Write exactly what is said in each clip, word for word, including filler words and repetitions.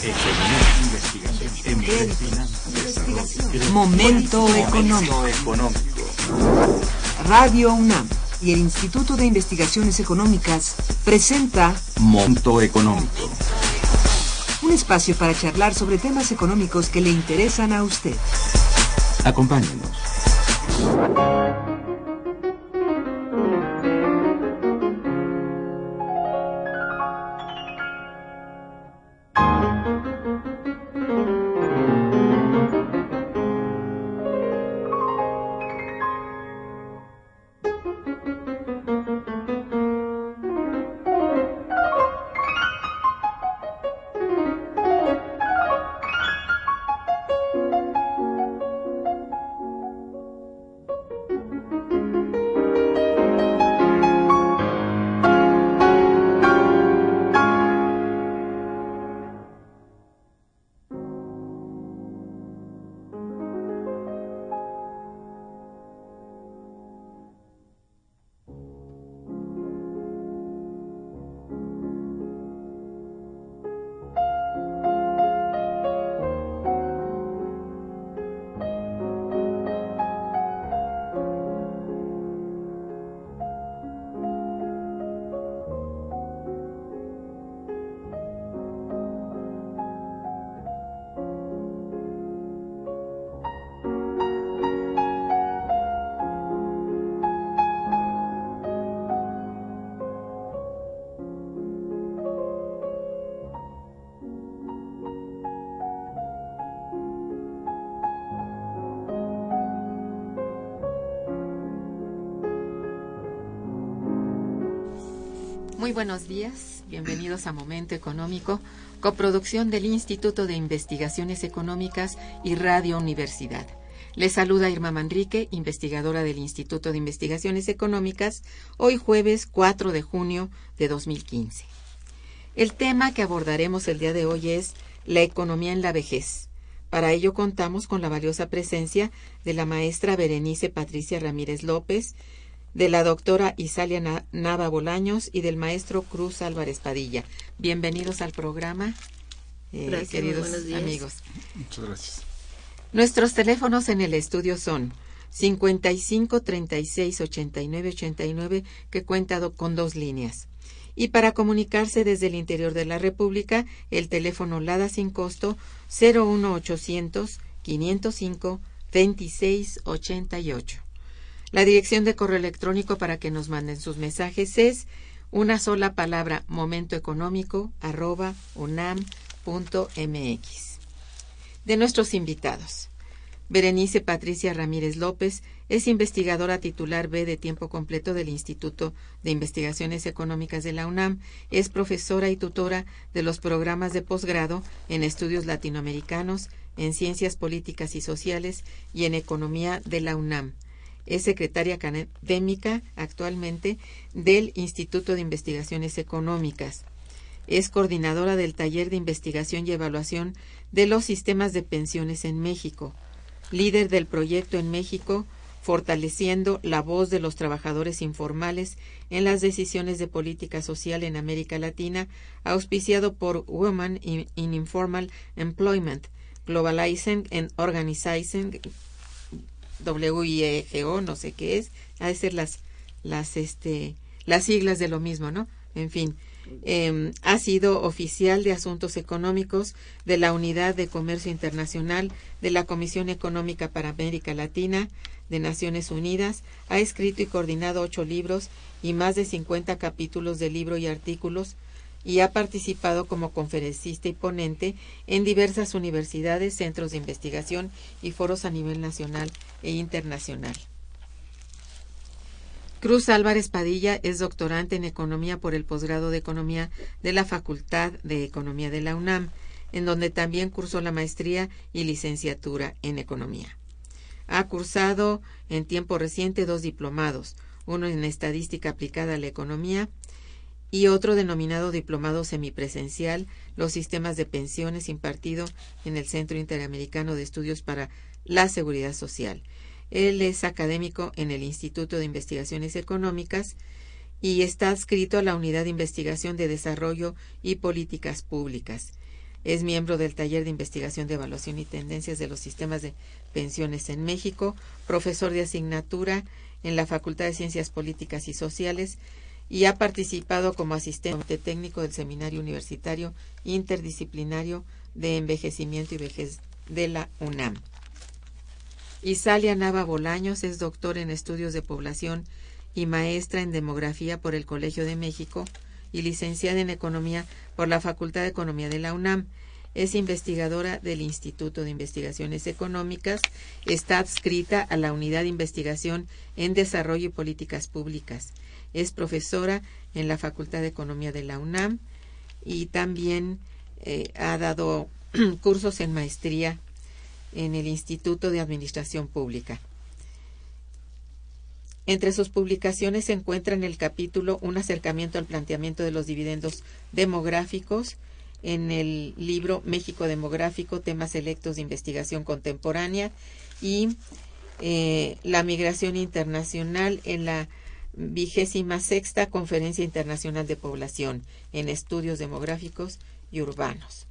Momento económico. Radio UNAM y el Instituto de Investigaciones Económicas presenta Momento económico. Un espacio para charlar sobre temas económicos que le interesan a usted. Acompáñenos. Muy buenos días, bienvenidos a Momento Económico, coproducción del Instituto de Investigaciones Económicas y Radio Universidad. Les saluda Irma Manrique, investigadora del Instituto de Investigaciones Económicas, hoy jueves cuatro de junio de dos mil quince. El tema que abordaremos el día de hoy es la economía en la vejez. Para ello contamos con la valiosa presencia de la maestra Berenice Patricia Ramírez López, de la doctora Isalia Nava Bolaños y del maestro Cruz Álvarez Padilla. Bienvenidos al programa, eh, gracias, queridos amigos. Muchas gracias. Nuestros teléfonos en el estudio son cincuenta y cinco, treinta y seis, ochenta y nueve, ochenta y nueve, que cuenta do, con dos líneas. Y para comunicarse desde el interior de la República, el teléfono LADA sin costo cero uno ochocientos, quinientos cinco, veintiséis ochenta y ocho. La dirección de correo electrónico para que nos manden sus mensajes es una sola palabra, momentoeconómico arroba unam punto mx. De nuestros invitados, Berenice Patricia Ramírez López es investigadora titular B de tiempo completo del Instituto de Investigaciones Económicas de la UNAM, es profesora y tutora de los programas de posgrado en estudios latinoamericanos, en ciencias políticas y sociales y en economía de la UNAM. Es secretaria académica actualmente del Instituto de Investigaciones Económicas. Es coordinadora del Taller de Investigación y Evaluación de los Sistemas de Pensiones en México. Líder del proyecto en México, fortaleciendo la voz de los trabajadores informales en las decisiones de política social en América Latina, auspiciado por Women in, in Informal Employment, Globalizing and Organizing, W I E G O, no sé qué es, ha de ser las, las, este, las siglas de lo mismo, ¿no? En fin, eh, ha sido oficial de Asuntos Económicos de la Unidad de Comercio Internacional de la Comisión Económica para América Latina de Naciones Unidas, ha escrito y coordinado ocho libros y más de cincuenta capítulos de libro y artículos, y ha participado como conferencista y ponente en diversas universidades, centros de investigación y foros a nivel nacional e internacional. Cruz Álvarez Padilla es doctorante en Economía por el posgrado de Economía de la Facultad de Economía de la UNAM, en donde también cursó la maestría y licenciatura en Economía. Ha cursado en tiempo reciente dos diplomados, uno en Estadística aplicada a la Economía y otro denominado Diplomado Semipresencial, los sistemas de pensiones, impartido en el Centro Interamericano de Estudios para la Seguridad Social. Él es académico en el Instituto de Investigaciones Económicas y está adscrito a la Unidad de Investigación de Desarrollo y Políticas Públicas. es miembro del Taller de Investigación de Evaluación y Tendencias de los Sistemas de Pensiones en México, profesor de asignatura en la Facultad de Ciencias Políticas y Sociales y ha participado como asistente técnico del Seminario Universitario Interdisciplinario de Envejecimiento y Vejez de la UNAM. Isalia Nava Bolaños es doctor en Estudios de Población y maestra en Demografía por el Colegio de México y licenciada en Economía por la Facultad de Economía de la UNAM. Es investigadora del Instituto de Investigaciones Económicas, está adscrita a la Unidad de Investigación en Desarrollo y Políticas Públicas. Es profesora en la Facultad de Economía de la UNAM y también eh, ha dado cursos en maestría en el Instituto de Administración Pública. Entre sus publicaciones se encuentra en el capítulo Un acercamiento al planteamiento de los dividendos demográficos, en el libro México Demográfico, temas selectos de investigación contemporánea y eh, la migración internacional en la vigésima sexta Conferencia Internacional de Población en Estudios Demográficos y Urbanos.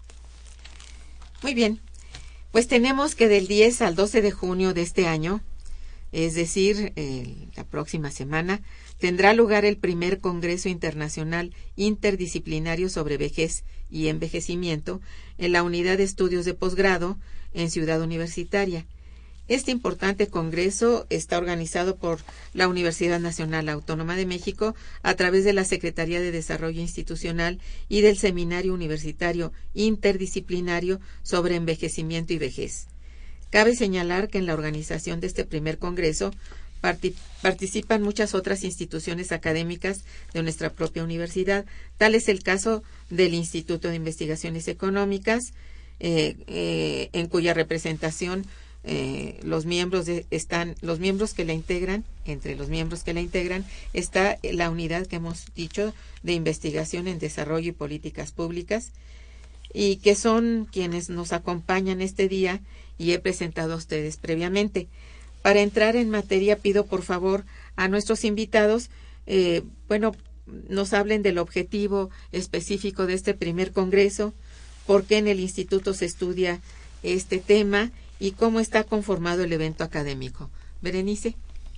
Muy bien, pues tenemos que del diez al doce de junio de este año, es decir, eh, la próxima semana, tendrá lugar el primer Congreso Internacional Interdisciplinario sobre Vejez y Envejecimiento en la Unidad de Estudios de Posgrado en Ciudad Universitaria. Este importante congreso está organizado por la Universidad Nacional Autónoma de México a través de la Secretaría de Desarrollo Institucional y del Seminario Universitario Interdisciplinario sobre Envejecimiento y Vejez. Cabe señalar que en la organización de este primer congreso parti- participan muchas otras instituciones académicas de nuestra propia universidad. Tal es el caso del Instituto de Investigaciones Económicas, eh, eh, en cuya representación eh, los miembros de, están los miembros que la integran, entre los miembros que la integran está la unidad que hemos dicho de investigación en desarrollo y políticas públicas, y que son quienes nos acompañan este día y he presentado a ustedes previamente. Para entrar en materia, pido por favor a nuestros invitados, eh, bueno, nos hablen del objetivo específico de este primer congreso, por qué en el instituto se estudia este tema y cómo está conformado el evento académico. Berenice.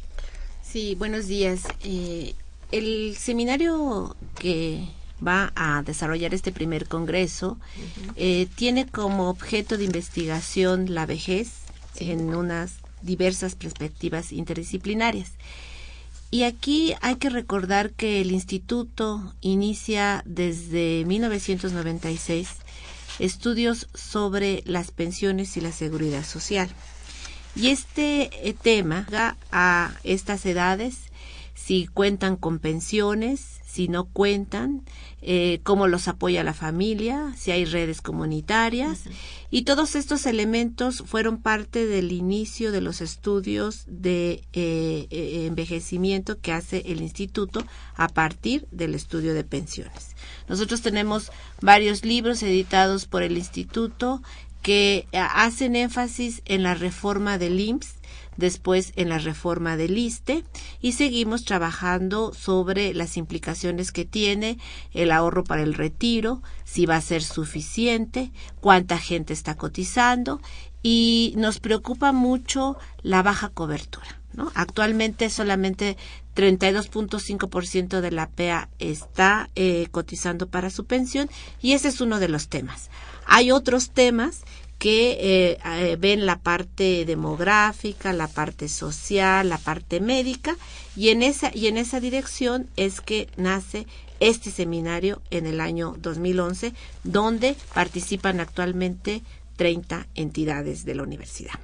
Sí, buenos días. Eh, el seminario que va a desarrollar este primer congreso uh-huh. eh, tiene como objeto de investigación la vejez sí. en unas diversas perspectivas interdisciplinarias. Y aquí hay que recordar que el instituto inicia desde mil novecientos noventa y seis estudios sobre las pensiones y la seguridad social. Y este eh, tema va a estas edades, si cuentan con pensiones, si no cuentan, eh, cómo los apoya la familia, si hay redes comunitarias, uh-huh. y todos estos elementos fueron parte del inicio de los estudios de eh, eh, envejecimiento que hace el instituto a partir del estudio de pensiones. Nosotros tenemos varios libros editados por el instituto que hacen énfasis en la reforma del I M S S, después en la reforma del ISSSTE, y seguimos trabajando sobre las implicaciones que tiene el ahorro para el retiro, si va a ser suficiente, cuánta gente está cotizando, y nos preocupa mucho la baja cobertura, ¿no? Actualmente solamente treinta y dos punto cinco por ciento de la P E A está eh, cotizando para su pensión, y ese es uno de los temas. Hay otros temas que eh, eh, ven la parte demográfica, la parte social, la parte médica, y en esa y en esa dirección es que nace este seminario en el año dos mil once, donde participan actualmente treinta entidades de la universidad.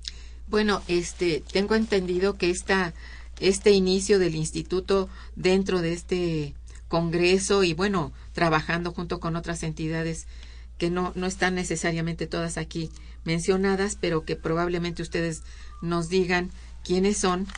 Bueno, este tengo entendido que esta este inicio del instituto dentro de este congreso y bueno, trabajando junto con otras entidades que no, no están necesariamente todas aquí mencionadas, pero que probablemente ustedes nos digan quiénes son,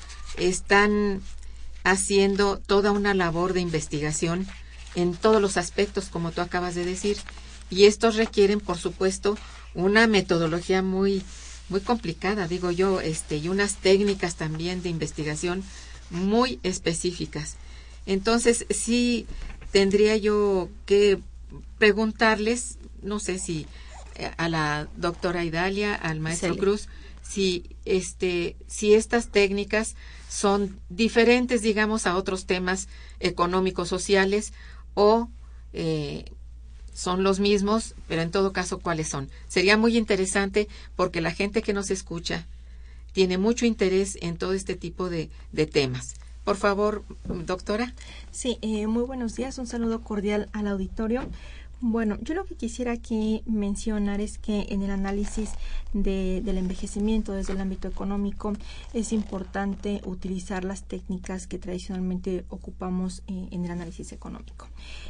están haciendo toda una labor de investigación en todos los aspectos, como tú acabas de decir, y estos requieren, por supuesto, una metodología muy, muy complicada, digo yo, este, y unas técnicas también de investigación muy específicas. Entonces, sí tendría yo que preguntarles, no sé si a la doctora Idalia, al maestro Sí. Cruz, si este si estas técnicas son diferentes, digamos, a otros temas económicos sociales o eh, son los mismos, pero en todo caso, ¿cuáles son? Sería muy interesante porque la gente que nos escucha tiene mucho interés en todo este tipo de, de temas. Por favor, doctora. Sí, eh, muy buenos días, un saludo cordial al auditorio. Bueno, yo lo que quisiera aquí mencionar es que en el análisis de, del envejecimiento desde el ámbito económico es importante utilizar las técnicas que tradicionalmente ocupamos eh, en el análisis económico.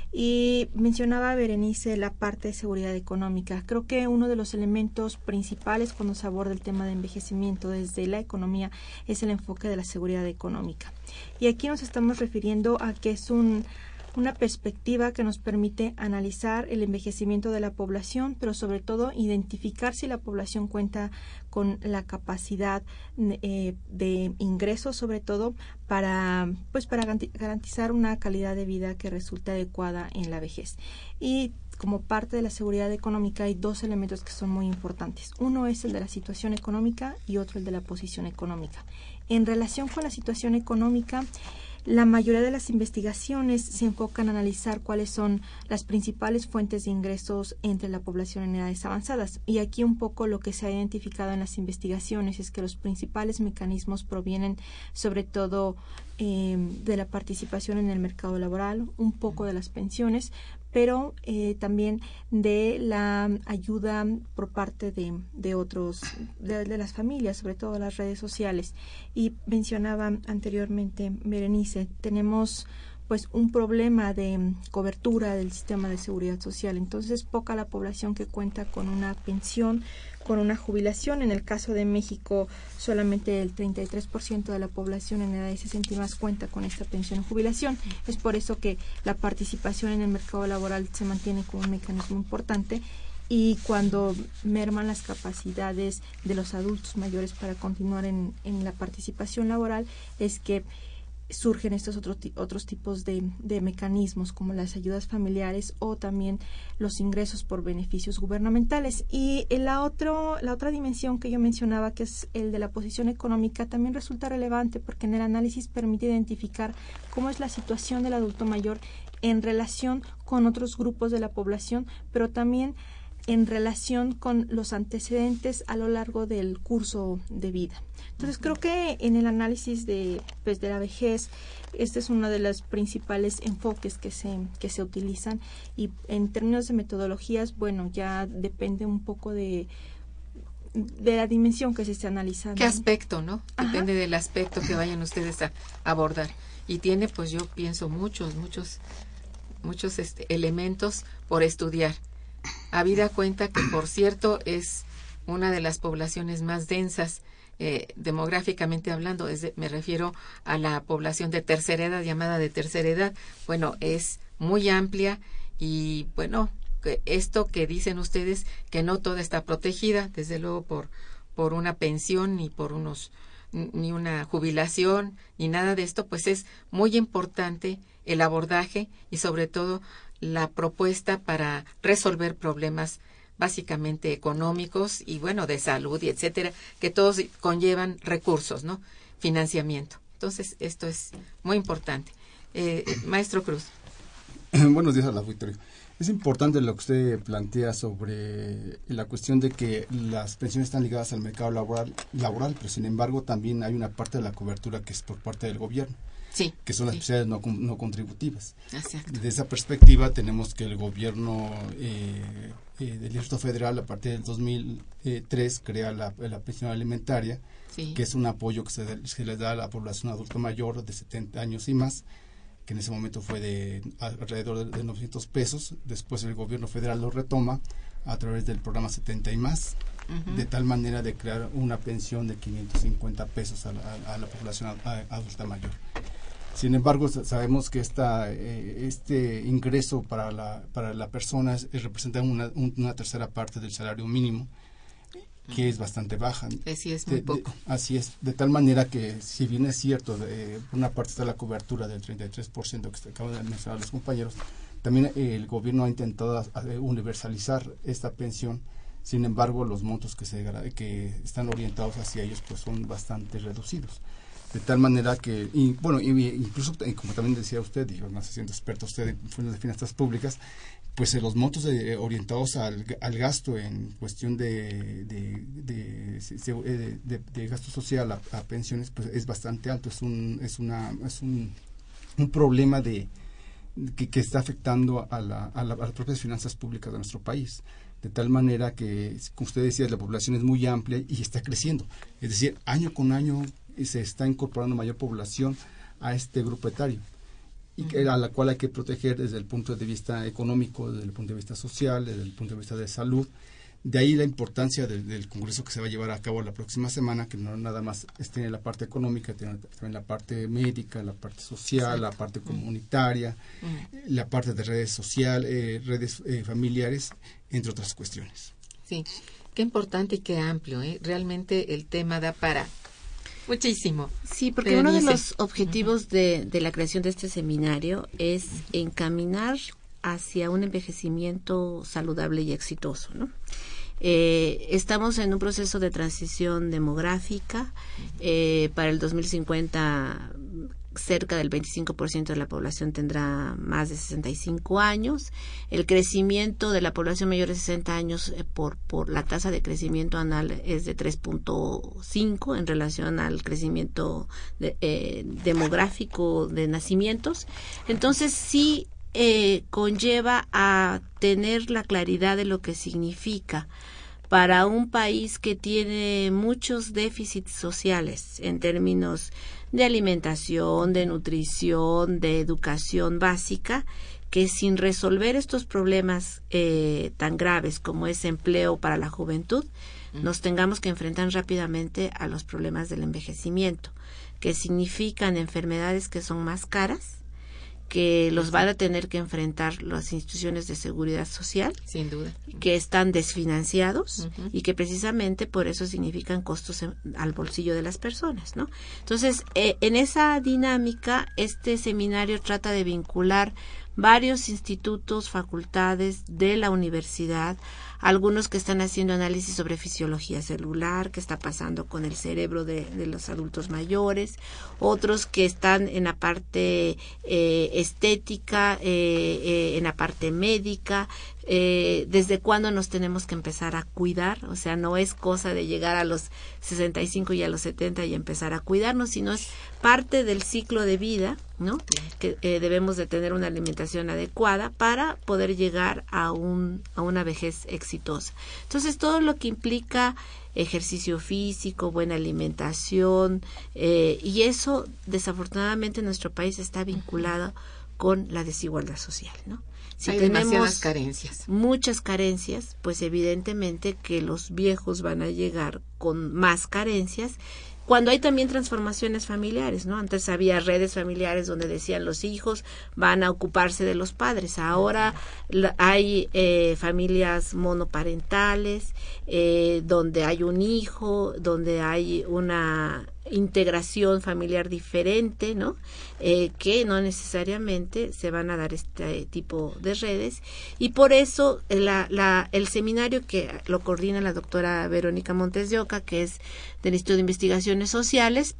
Y mencionaba Berenice la parte de seguridad económica. Creo que uno de los elementos principales cuando se aborda el tema de envejecimiento desde la economía es el enfoque de la seguridad económica. Y aquí nos estamos refiriendo a que es un una perspectiva que nos permite analizar el envejecimiento de la población, pero sobre todo identificar si la población cuenta con la capacidad eh, de ingresos, sobre todo para pues para garantizar una calidad de vida que resulte adecuada en la vejez. Y como parte de la seguridad económica hay dos elementos que son muy importantes. Uno es el de la situación económica y otro el de la posición económica. En relación con la situación económica, la mayoría de las investigaciones se enfocan a analizar cuáles son las principales fuentes de ingresos entre la población en edades avanzadas. Y aquí un poco lo que se ha identificado en las investigaciones es que los principales mecanismos provienen sobre todo eh, de la participación en el mercado laboral, un poco de las pensiones, pero eh, también de la ayuda por parte de, de otros, de, de las familias, sobre todo las redes sociales. Y mencionaba anteriormente Berenice, tenemos pues un problema de cobertura del sistema de seguridad social. Entonces es poca la población que cuenta con una pensión, con una jubilación. En el caso de México, solamente el treinta y tres por ciento de la población en edad de sesenta y más cuenta con esta pensión o jubilación. Es por eso que la participación en el mercado laboral se mantiene como un mecanismo importante. Y cuando merman las capacidades de los adultos mayores para continuar en, en la participación laboral, es que surgen estos otros otros tipos de, de mecanismos como las ayudas familiares o también los ingresos por beneficios gubernamentales. Y la otro la otra dimensión que yo mencionaba, que es el de la posición económica, también resulta relevante porque en el análisis permite identificar cómo es la situación del adulto mayor en relación con otros grupos de la población, pero también en relación con los antecedentes a lo largo del curso de vida. Entonces, creo que en el análisis de, pues, de la vejez, este es uno de los principales enfoques que se, que se utilizan. Y en términos de metodologías, bueno, ya depende un poco de, de la dimensión que se esté analizando. ¿Qué aspecto, no? Ajá. Depende del aspecto que vayan ustedes a abordar. Y tiene, pues yo pienso, muchos, muchos, muchos este, elementos por estudiar. Habida cuenta que, por cierto, es una de las poblaciones más densas eh, demográficamente hablando. Es de, me refiero a la población de tercera edad, llamada de tercera edad. Bueno, es muy amplia y, bueno, que esto que dicen ustedes, que no toda está protegida, desde luego por, por una pensión ni por unos ni una jubilación ni nada de esto, pues es muy importante el abordaje y sobre todo la propuesta para resolver problemas básicamente económicos y bueno, de salud y etcétera, que todos conllevan recursos, ¿no? Financiamiento. Entonces, esto es muy importante. Eh, Maestro Cruz. Buenos días a la auditorio. Es importante lo que usted plantea sobre la cuestión de que las pensiones están ligadas al mercado laboral, laboral, pero sin embargo también hay una parte de la cobertura que es por parte del gobierno. Sí, que son las sí. especialidades no, no contributivas. Exacto. Desde esa perspectiva tenemos que el gobierno eh, eh, del Distrito Federal a partir del dos mil tres crea la, la pensión alimentaria, Sí. que es un apoyo que se, se le da a la población adulta mayor de setenta años y más, que en ese momento fue de alrededor de, de novecientos pesos. Después el gobierno federal lo retoma a través del programa setenta y más, uh-huh. de tal manera de crear una pensión de quinientos cincuenta pesos a la, a, a la población adulta mayor. Sin embargo, sabemos que esta, eh, este ingreso para la, para la persona es, es, representa una, un, una tercera parte del salario mínimo, que uh-huh. es bastante baja. Así es, muy de, poco. De, así es, de tal manera que si bien es cierto, de, por una parte está la cobertura del treinta y tres por ciento que acaban de mencionar los compañeros, también eh, el gobierno ha intentado a, a universalizar esta pensión Sin embargo, los montos que, se, que están orientados hacia ellos pues son bastante reducidos. De tal manera que, y, bueno, y, incluso como también decía usted, y además siendo experto usted en fondos de finanzas públicas, pues eh, los montos de, orientados al, al gasto en cuestión de, de, de, de, de, de gasto social a, a pensiones, pues es bastante alto. Es un, es una, es un, un problema de que, que está afectando a, la, a, la, a las propias finanzas públicas de nuestro país. De tal manera que, como usted decía, la población es muy amplia y está creciendo. Es decir, año con año se está incorporando mayor población a este grupo etario, y que, a la cual hay que proteger desde el punto de vista económico, desde el punto de vista social, desde el punto de vista de salud. De ahí la importancia de, del congreso que se va a llevar a cabo la próxima semana, que no nada más tiene la parte económica, tiene también la parte médica, la parte social, Exacto. la parte comunitaria, mm. la parte de redes sociales, eh, redes eh, familiares, entre otras cuestiones. Sí, qué importante y qué amplio, ¿eh? Realmente el tema da para muchísimo. Sí, porque Pero uno dice, de los objetivos uh-huh. de, de la creación de este seminario es encaminar hacia un envejecimiento saludable y exitoso, ¿no? Eh, estamos en un proceso de transición demográfica. Eh, para el dos mil cincuenta cerca del veinticinco por ciento de la población tendrá más de sesenta y cinco años. El crecimiento de la población mayor de sesenta años eh, por, por la tasa de crecimiento anual es de tres punto cinco en relación al crecimiento de, eh, demográfico de nacimientos. Entonces sí eh, conlleva a tener la claridad de lo que significa para un país que tiene muchos déficits sociales en términos de alimentación, de nutrición, de educación básica, que sin resolver estos problemas eh, tan graves como es empleo para la juventud, mm. nos tengamos que enfrentar rápidamente a los problemas del envejecimiento, que significan enfermedades que son más caras, que los van a tener que enfrentar las instituciones de seguridad social, sin duda, que están desfinanciados uh-huh. y que precisamente por eso significan costos en, al bolsillo de las personas, ¿no? Entonces, eh, en esa dinámica, este seminario trata de vincular varios institutos, facultades de la universidad, algunos que están haciendo análisis sobre fisiología celular, qué está pasando con el cerebro de, de los adultos mayores, otros que están en la parte eh, estética, eh, eh, en la parte médica, eh, desde cuándo nos tenemos que empezar a cuidar, o sea, no es cosa de llegar a los sesenta y cinco y a los setenta y empezar a cuidarnos, sino es parte del ciclo de vida, ¿no? Que eh, debemos de tener una alimentación adecuada para poder llegar a un a una vejez exitosa. Entonces, todo lo que implica ejercicio físico, buena alimentación, eh, y eso desafortunadamente en nuestro país está vinculado con la desigualdad social, ¿no? Si Hay tenemos demasiadas carencias. Muchas carencias, pues evidentemente que los viejos van a llegar con más carencias. Cuando hay también transformaciones familiares, ¿no? Antes había redes familiares donde decían los hijos van a ocuparse de los padres. Ahora la, hay eh, familias monoparentales, eh, donde hay un hijo, donde hay una integración familiar diferente, ¿no? Eh, que no necesariamente se van a dar este tipo de redes, y por eso la, la, el seminario que lo coordina la doctora Verónica Montes de Oca, que es del Instituto de Investigaciones Sociales,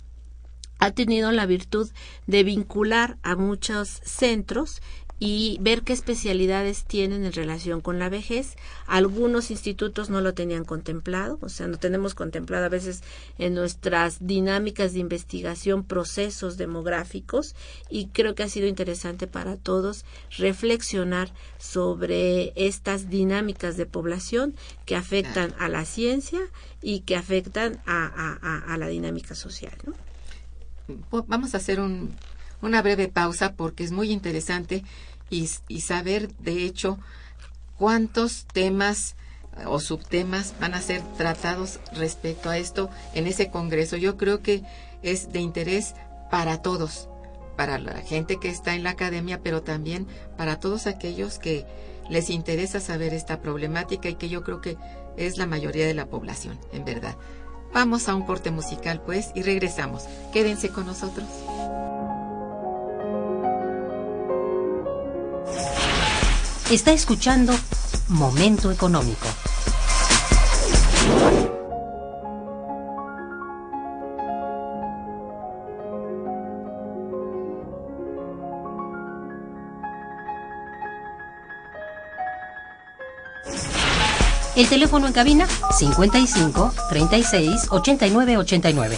ha tenido la virtud de vincular a muchos centros y ver qué especialidades tienen en relación con la vejez. Algunos institutos no lo tenían contemplado, o sea, no tenemos contemplado a veces en nuestras dinámicas de investigación procesos demográficos, y creo que ha sido interesante para todos reflexionar sobre estas dinámicas de población que afectan a la ciencia y que afectan a, a, a la dinámica social, ¿no? Vamos a hacer un, una breve pausa porque es muy interesante y, y saber, de hecho, cuántos temas o subtemas van a ser tratados respecto a esto en ese congreso. Yo creo que es de interés para todos, para la gente que está en la academia, pero también para todos aquellos que les interesa saber esta problemática y que yo creo que es la mayoría de la población, en verdad. Vamos a un corte musical, pues, y regresamos. Quédense con nosotros. Está escuchando Momento Económico. El teléfono en cabina cincuenta y cinco, treinta y seis, ochenta y nueve, ochenta y nueve.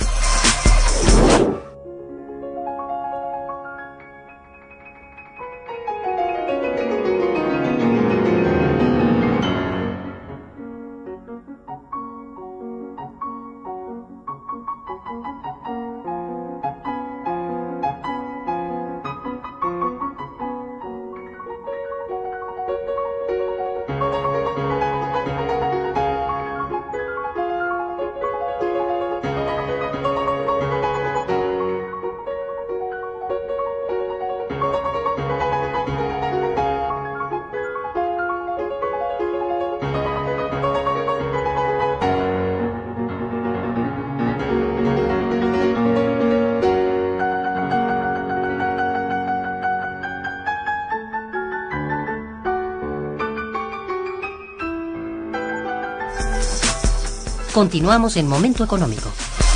Continuamos en Momento Económico.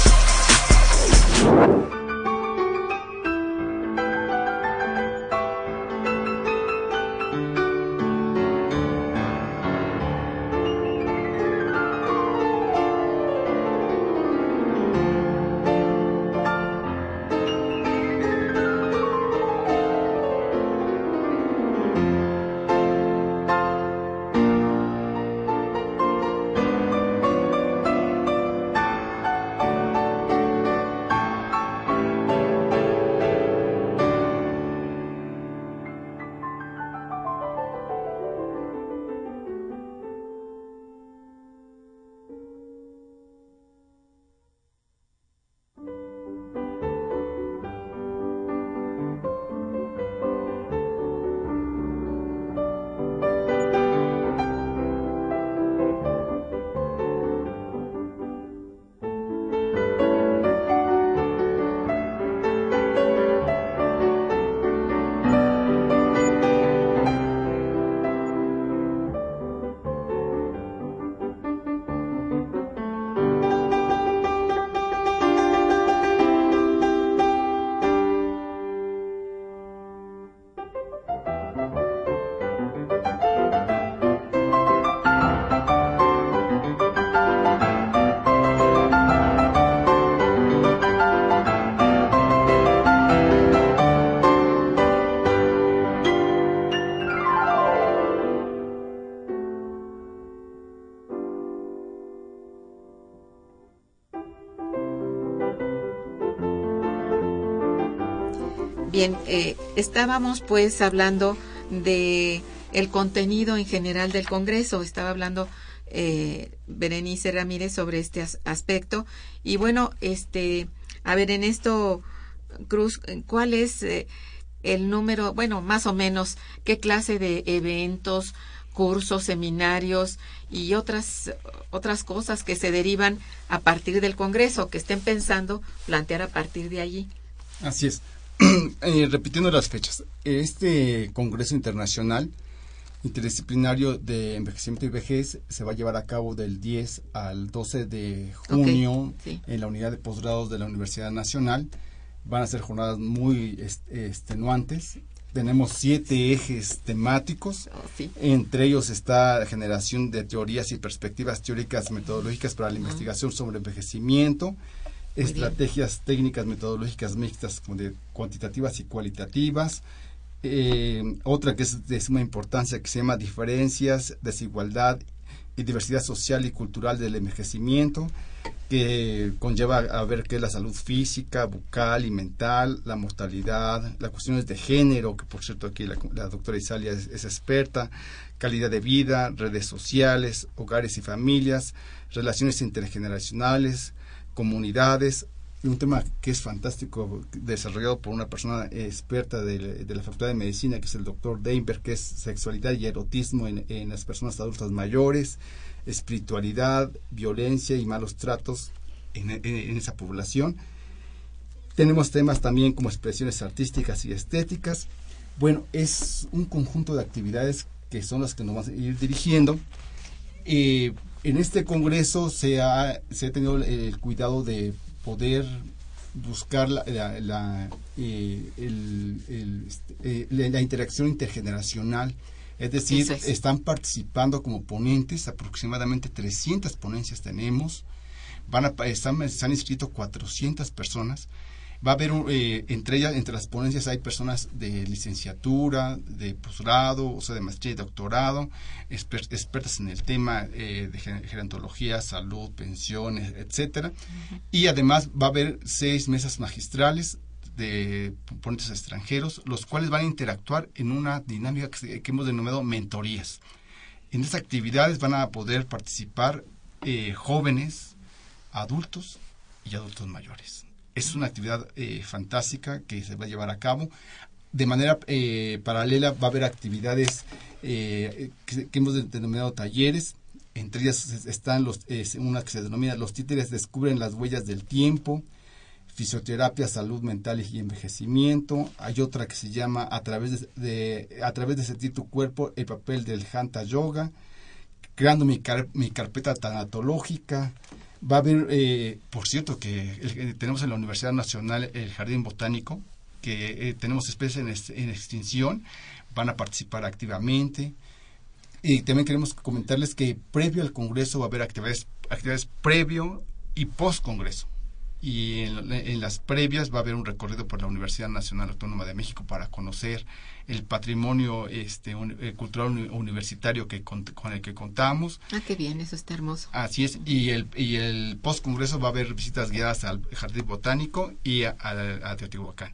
Bien, eh, estábamos pues hablando de el contenido en general del Congreso. Estaba hablando eh, Berenice Ramírez sobre este as- aspecto. Y bueno, este, a ver, en esto, Cruz, ¿cuál es eh, el número, bueno, más o menos, qué clase de eventos, cursos, seminarios y otras otras cosas que se derivan a partir del Congreso, que estén pensando plantear a partir de allí? Así es. Eh, repitiendo las fechas, este Congreso Internacional Interdisciplinario de Envejecimiento y Vejez se va a llevar a cabo del diez al doce de junio, okay, sí, en la unidad de posgrados de la Universidad Nacional. Van a ser jornadas muy extenuantes. Tenemos siete ejes temáticos, oh, sí, entre ellos está la generación de teorías y perspectivas teóricas metodológicas para la uh-huh. investigación sobre envejecimiento, muy estrategias bien. técnicas metodológicas mixtas de cuantitativas y cualitativas. Eh, otra que es de suma importancia, que se llama diferencias, desigualdad y diversidad social y cultural del envejecimiento, que conlleva a ver qué es la salud física, bucal y mental, la mortalidad, las cuestiones de género, que por cierto aquí la, la doctora Isalia es, es experta, calidad de vida, redes sociales, hogares y familias, relaciones intergeneracionales, comunidades, y un tema que es fantástico, desarrollado por una persona experta de, de la Facultad de Medicina, que es el doctor Deinberg, que es sexualidad y erotismo en, en las personas adultas mayores, espiritualidad, violencia y malos tratos en, en, en esa población. Tenemos temas también como expresiones artísticas y estéticas. Bueno, es un conjunto de actividades que son las que nos vamos a ir dirigiendo. Eh, en este congreso se ha, se ha tenido el cuidado de poder buscar la, la, la, eh, el, el, eh, la, la interacción intergeneracional Es decir, es. están participando como ponentes, aproximadamente trescientas ponencias tenemos, van a, están, se han inscrito cuatrocientas personas. Va a haber, eh, entre ellas, entre las ponencias hay personas de licenciatura, de posgrado, o sea, de maestría y doctorado, exper expertas en el tema eh, de gerontología, salud, pensiones, etcétera. Uh-huh. Y además va a haber seis mesas magistrales de ponentes extranjeros, los cuales van a interactuar en una dinámica que, que hemos denominado mentorías. En estas actividades van a poder participar eh, jóvenes, adultos y adultos mayores. Es una actividad eh, fantástica que se va a llevar a cabo. De manera eh, paralela va a haber actividades eh, que, que hemos denominado talleres. Entre ellas están los, eh, una que se denomina Los títeres descubren las huellas del tiempo, fisioterapia, salud mental y envejecimiento. Hay otra que se llama a través de, de a través de sentir tu cuerpo, el papel del Hatha Yoga, creando mi, car mi carpeta tanatológica. Va a haber, eh, por cierto, que el, tenemos en la Universidad Nacional el Jardín Botánico, que eh, tenemos especies en, est en extinción, van a participar activamente. Y también queremos comentarles que previo al Congreso va a haber actividades, actividades previo y post-Congreso. Y en, en las previas va a haber un recorrido por la Universidad Nacional Autónoma de México para conocer el patrimonio este, un, eh, cultural uni universitario que con, con el que contamos. Ah, qué bien, eso está hermoso. Así es, y el, y el post-congreso va a haber visitas guiadas al Jardín Botánico y a, a, a Teotihuacán.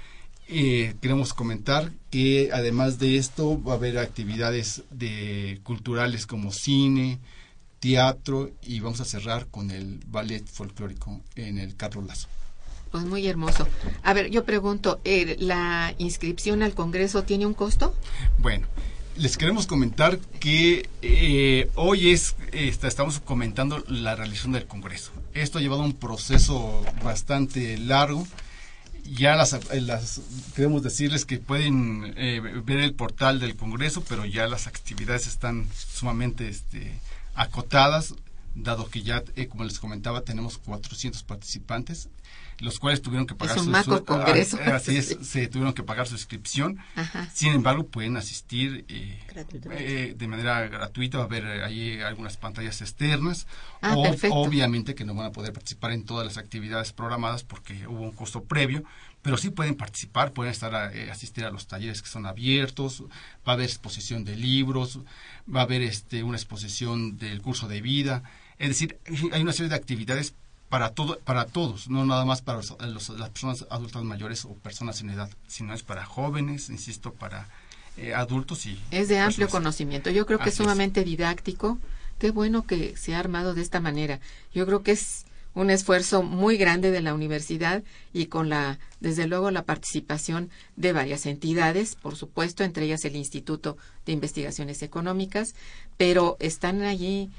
Eh, queremos comentar que además de esto va a haber actividades de culturales como cine, teatro, y vamos a cerrar con el ballet folclórico en el Carlos Lazo. Pues muy hermoso. A ver, yo pregunto, eh, ¿la inscripción al Congreso tiene un costo? Bueno, les queremos comentar que eh, hoy es eh, estamos comentando la realización del Congreso. Esto ha llevado un proceso bastante largo. Ya las, las queremos decirles que pueden eh, ver el portal del Congreso, pero ya las actividades están sumamente este, acotadas, dado que ya, eh, como les comentaba, tenemos cuatrocientos participantes, los cuales tuvieron que pagar es un su, macro su congreso. Ah, así es, se tuvieron que pagar su inscripción. Ajá. Sin embargo, pueden asistir eh, eh, de manera gratuita. Va a haber ahí algunas pantallas externas. Ah, o, perfecto. Obviamente que no van a poder participar en todas las actividades programadas porque hubo un costo previo, pero sí pueden participar, pueden estar a, eh, asistir a los talleres que son abiertos. Va a haber exposición de libros, va a haber este una exposición del curso de vida. Es decir, hay una serie de actividades para todo, para todos, no nada más para los, los, las personas adultas mayores o personas en edad, sino es para jóvenes, insisto, para eh, adultos y es de amplio personas. Conocimiento. Yo creo que Así es sumamente es. didáctico. Qué bueno que se ha armado de esta manera. Yo creo que es un esfuerzo muy grande de la universidad y con la, desde luego, la participación de varias entidades, por supuesto, entre ellas el Instituto de Investigaciones Económicas, pero están allí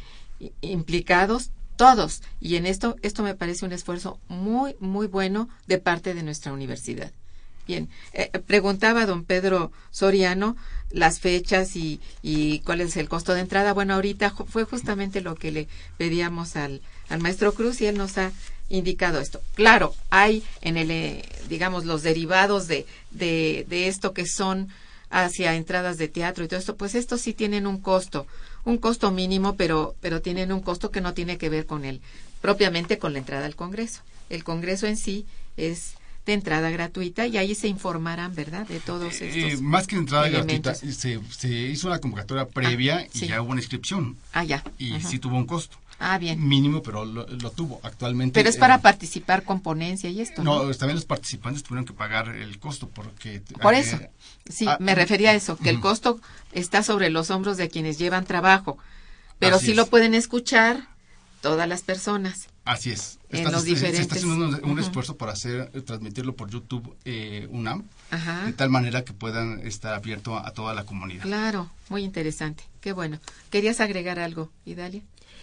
implicados todos, y en esto esto me parece un esfuerzo muy muy bueno de parte de nuestra universidad. Bien, eh, preguntaba don Pedro Soriano las fechas y, y cuál es el costo de entrada. Bueno, ahorita fue justamente lo que le pedíamos al, al maestro Cruz y él nos ha indicado esto. Claro, hay en el, eh, digamos, los derivados de, de, de esto que son hacia entradas de teatro y todo esto, pues estos sí tienen un costo, un costo mínimo, pero, pero tienen un costo que no tiene que ver con el, propiamente con la entrada al Congreso. El Congreso en sí es de entrada gratuita y ahí se informarán, ¿verdad?, de todos estos eh, más que entrada elementos. gratuita, se, se hizo una convocatoria previa ah, sí. y ya hubo una inscripción. Ah, ya. Y uh-huh. sí tuvo un costo. Ah, bien. Mínimo, pero lo, lo tuvo actualmente. Pero es para eh, participar con ponencia y esto, ¿no? No, también los participantes tuvieron que pagar el costo porque... Por eh, eso, sí, ah, me refería a eso, que uh-huh. el costo está sobre los hombros de quienes llevan trabajo, pero Así sí es. lo pueden escuchar todas las personas. Así es. En Está, los se, diferentes... se está haciendo un, un uh-huh. esfuerzo para hacer transmitirlo por YouTube eh, UNAM, Ajá. de tal manera que puedan estar abierto a, a toda la comunidad. Claro, muy interesante. Qué bueno. ¿Querías agregar algo, Idalia?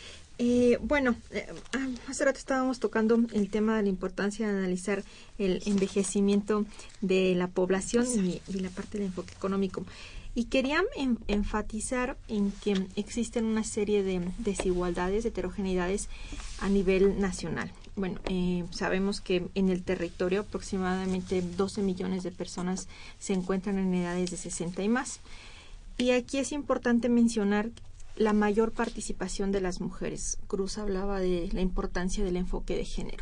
Eh, bueno, eh, hace rato estábamos tocando el tema de la importancia de analizar el envejecimiento de la población y, y la parte del enfoque económico. Y quería en, enfatizar en que existen una serie de desigualdades, de heterogeneidades a nivel nacional. Bueno, eh, sabemos que en el territorio aproximadamente doce millones de personas se encuentran en edades de sesenta y más. Y aquí es importante mencionar la mayor participación de las mujeres. Cruz hablaba de la importancia del enfoque de género.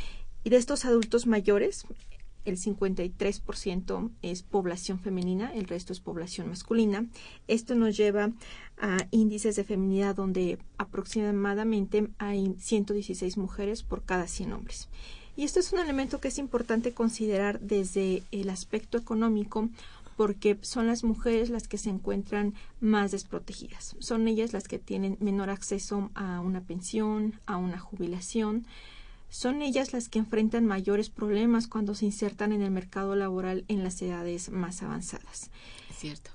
Y de estos adultos mayores, el cincuenta y tres por ciento es población femenina, el resto es población masculina. Esto nos lleva a índices de feminidad donde aproximadamente hay ciento dieciséis mujeres por cada cien hombres. Y esto es un elemento que es importante considerar desde el aspecto económico, porque son las mujeres las que se encuentran más desprotegidas. Son ellas las que tienen menor acceso a una pensión, a una jubilación. Son ellas las que enfrentan mayores problemas cuando se insertan en el mercado laboral en las edades más avanzadas. Es cierto.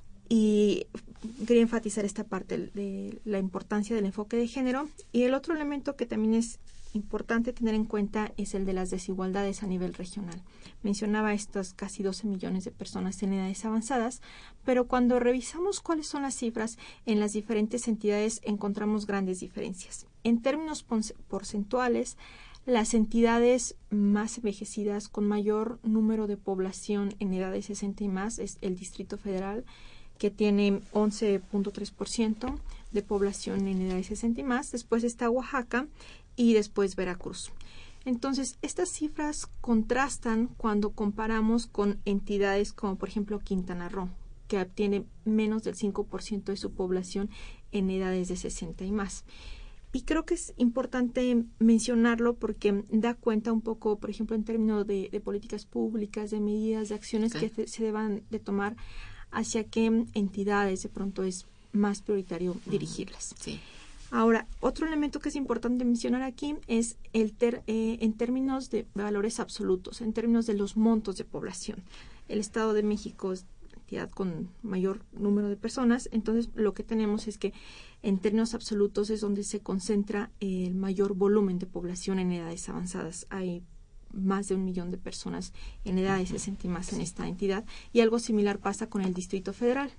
Y quería enfatizar esta parte de la importancia del enfoque de género. Y el otro elemento que también es importante tener en cuenta es el de las desigualdades a nivel regional. Mencionaba estos casi doce millones de personas en edades avanzadas, pero cuando revisamos cuáles son las cifras en las diferentes entidades encontramos grandes diferencias. En términos porcentuales, las entidades más envejecidas con mayor número de población en edad de sesenta y más es el Distrito Federal, que tiene once punto tres por ciento de población en edad de sesenta y más. Después está Oaxaca y después Veracruz. Entonces, estas cifras contrastan cuando comparamos con entidades como, por ejemplo, Quintana Roo, que obtiene menos del cinco por ciento de su población en edades de sesenta y más. Y creo que es importante mencionarlo porque da cuenta un poco, por ejemplo, en términos de, de políticas públicas, de medidas, de acciones sí. que se, se deban de tomar hacia qué entidades de pronto es más prioritario uh-huh. dirigirlas. Sí. Ahora, otro elemento que es importante mencionar aquí es el ter, eh, en términos de valores absolutos, en términos de los montos de población. El Estado de México es entidad con mayor número de personas, entonces lo que tenemos es que en términos absolutos es donde se concentra el mayor volumen de población en edades avanzadas. Hay más de un millón de personas en edades sesenta y más en esta entidad, y algo similar pasa con el Distrito Federal.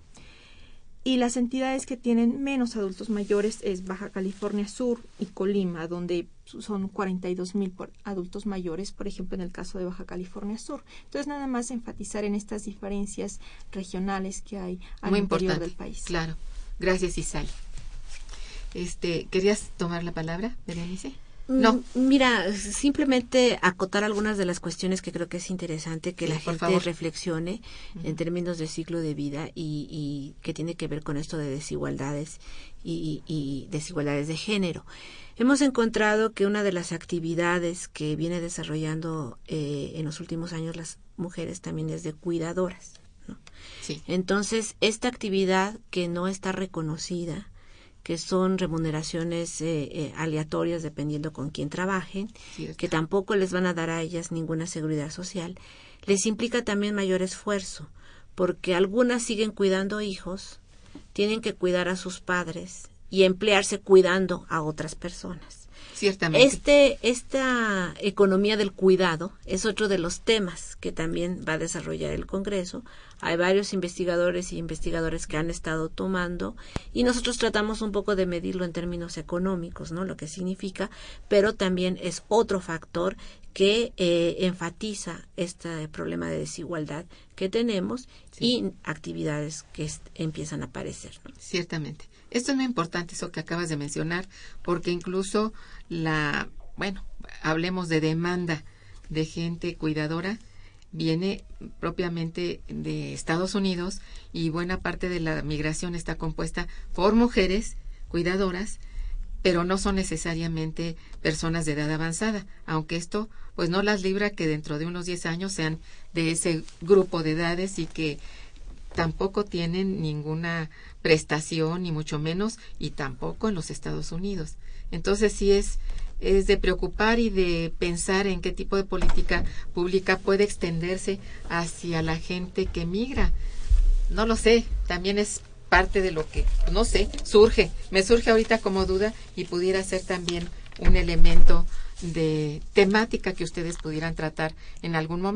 Y las entidades que tienen menos adultos mayores es Baja California Sur y Colima, donde son cuarenta y dos mil adultos mayores, por ejemplo, en el caso de Baja California Sur. Entonces, nada más enfatizar en estas diferencias regionales que hay al Muy interior importante, del país. Claro. Gracias, Isal. Este, ¿querías tomar la palabra, Berenice? No. Mira, simplemente acotar algunas de las cuestiones que creo que es interesante que sí, la gente favor. reflexione uh-huh. en términos de ciclo de vida y, y que tiene que ver con esto de desigualdades y, y desigualdades de género. Hemos encontrado que una de las actividades que viene desarrollando eh, en los últimos años las mujeres también es de cuidadoras, ¿no? Sí. Entonces, esta actividad que no está reconocida, que son remuneraciones eh, eh, aleatorias dependiendo con quién trabajen, Cierto. que tampoco les van a dar a ellas ninguna seguridad social, les implica también mayor esfuerzo, porque algunas siguen cuidando hijos, tienen que cuidar a sus padres y emplearse cuidando a otras personas. Ciertamente. Este, esta economía del cuidado es otro de los temas que también va a desarrollar el Congreso. Hay varios investigadores y investigadores que han estado tomando y nosotros tratamos un poco de medirlo en términos económicos, ¿no? Lo que significa, pero también es otro factor que eh, enfatiza este problema de desigualdad que tenemos sí. y actividades que est- empiezan a aparecer, ¿no? Ciertamente. Esto es muy importante, eso que acabas de mencionar, porque incluso la, bueno, hablemos de demanda de gente cuidadora, viene propiamente de Estados Unidos y buena parte de la migración está compuesta por mujeres cuidadoras, pero no son necesariamente personas de edad avanzada, aunque esto pues no las libra que dentro de unos diez años sean de ese grupo de edades y que tampoco tienen ninguna prestación, ni mucho menos, y tampoco en los Estados Unidos. Entonces sí es, es de preocupar y de pensar en qué tipo de política pública puede extenderse hacia la gente que migra. No lo sé, también es parte de lo que, no sé, surge, me surge ahorita como duda y pudiera ser también un elemento de temática que ustedes pudieran tratar en algún momento.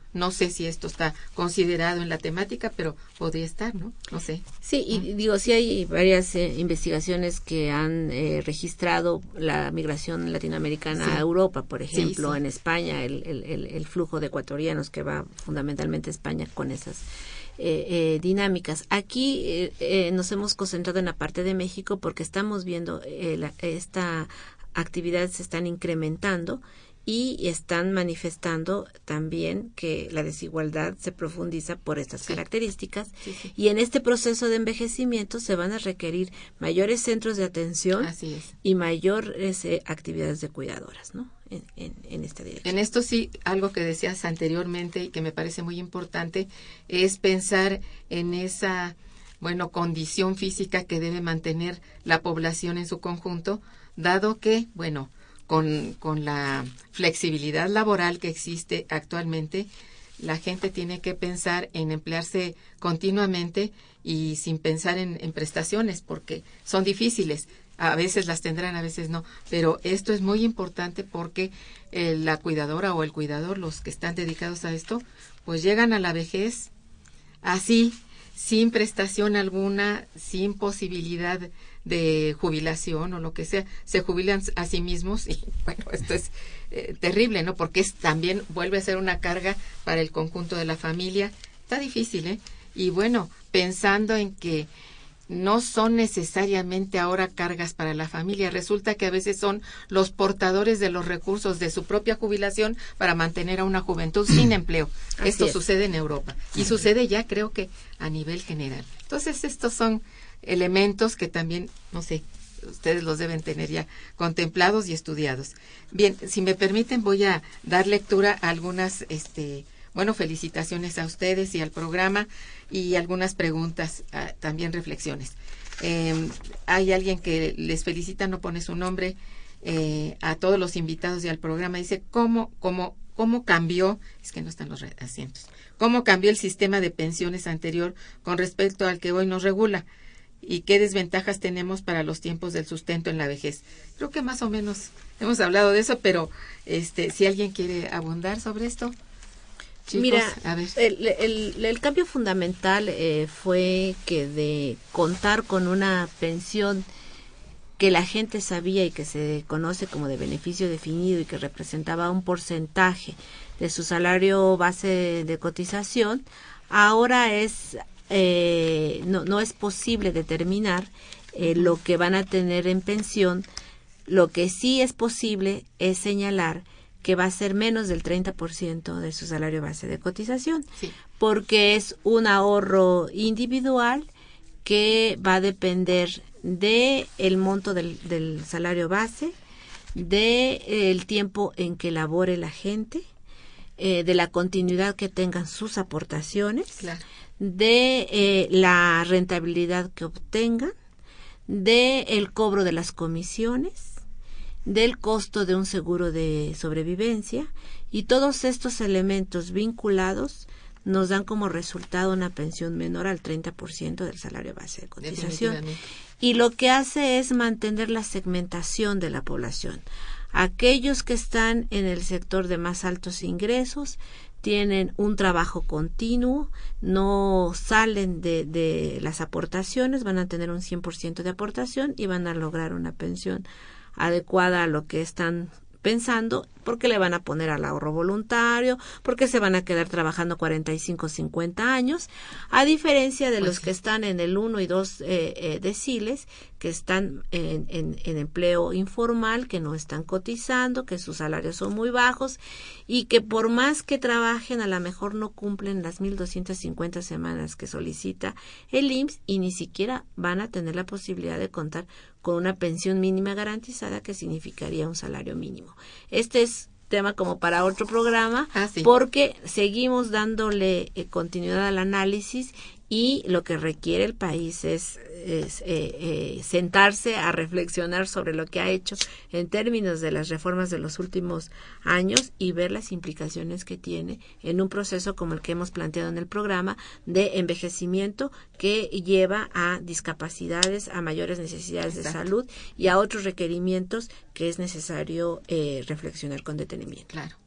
No sé si esto está considerado en la temática, pero podría estar, ¿no? No sé. Sí, y digo, sí hay varias eh, investigaciones que han eh, registrado la migración latinoamericana sí. a Europa, por ejemplo, sí, sí. en España, el, el, el, el flujo de ecuatorianos que va fundamentalmente a España con esas eh, eh, dinámicas. Aquí eh, eh, nos hemos concentrado en la parte de México porque estamos viendo eh, la, esta actividad se están incrementando y están manifestando también que la desigualdad se profundiza por estas sí. características sí, sí. y en este proceso de envejecimiento se van a requerir mayores centros de atención Así es. y mayores eh, actividades de cuidadoras, ¿no? En, en, en esta dirección. En esto sí, algo que decías anteriormente y que me parece muy importante es pensar en esa, bueno, condición física que debe mantener la población en su conjunto, dado que, bueno, Con, con la flexibilidad laboral que existe actualmente, la gente tiene que pensar en emplearse continuamente y sin pensar en, en prestaciones, porque son difíciles. A veces las tendrán, a veces no. Pero esto es muy importante porque eh, la cuidadora o el cuidador, los que están dedicados a esto, pues llegan a la vejez así, sin prestación alguna, sin posibilidad de jubilación o lo que sea, se jubilan a sí mismos y bueno, esto es eh, terrible, ¿no? Porque es también vuelve a ser una carga para el conjunto de la familia. Está difícil, ¿eh? Y bueno, pensando en que no son necesariamente ahora cargas para la familia, resulta que a veces son los portadores de los recursos de su propia jubilación para mantener a una juventud sin empleo. Así Esto es. Sucede en Europa y sucede ya creo que a nivel general. Entonces estos son elementos que también, no sé, ustedes los deben tener ya contemplados y estudiados. Bien, si me permiten voy a dar lectura a algunas, este, bueno, felicitaciones a ustedes y al programa y algunas preguntas, uh, también reflexiones. Eh, hay alguien que les felicita, no pone su nombre, eh, a todos los invitados y al programa, dice, ¿cómo, cómo, cómo cambió, es que no están los asientos, cómo cambió el sistema de pensiones anterior con respecto al que hoy nos regula? ¿Y qué desventajas tenemos para los tiempos del sustento en la vejez? Creo que más o menos hemos hablado de eso, pero este, si alguien quiere abundar sobre esto. Chicos, Mira, a ver. El, el, el cambio fundamental eh, fue que de contar con una pensión que la gente sabía y que se conoce como de beneficio definido y que representaba un porcentaje de su salario base de cotización, ahora es Eh, no, no es posible determinar eh, lo que van a tener en pensión. Lo que sí es posible es señalar que va a ser menos del treinta por ciento de su salario base de cotización, sí. porque es un ahorro individual que va a depender de el monto del, del salario base, de eh, el tiempo en que labore la gente, eh, de la continuidad que tengan sus aportaciones, claro. de eh, la rentabilidad que obtengan, de el cobro de las comisiones, del costo de un seguro de sobrevivencia, y todos estos elementos vinculados nos dan como resultado una pensión menor al treinta por ciento del salario base de cotización. Y lo que hace es mantener la segmentación de la población. Aquellos que están en el sector de más altos ingresos tienen un trabajo continuo, no salen de, de las aportaciones, van a tener un cien por ciento de aportación y van a lograr una pensión adecuada a lo que están pensando, porque le van a poner al ahorro voluntario, porque se van a quedar trabajando cuarenta y cinco, cincuenta años, a diferencia de pues los sí. que están en el uno y dos eh, eh, deciles, que están en, en, en empleo informal, que no están cotizando, que sus salarios son muy bajos y que por más que trabajen a lo mejor no cumplen las mil doscientas cincuenta semanas que solicita el I M S S y ni siquiera van a tener la posibilidad de contar con una pensión mínima garantizada, que significaría un salario mínimo. Este es tema como para otro programa, ah, sí. porque seguimos dándole eh, continuidad al análisis y lo que requiere el país es, es eh, eh, sentarse a reflexionar sobre lo que ha hecho en términos de las reformas de los últimos años y ver las implicaciones que tiene en un proceso como el que hemos planteado en el programa de envejecimiento, que lleva a discapacidades, a mayores necesidades Exacto. de salud y a otros requerimientos que es necesario eh, reflexionar con detenimiento. Claro.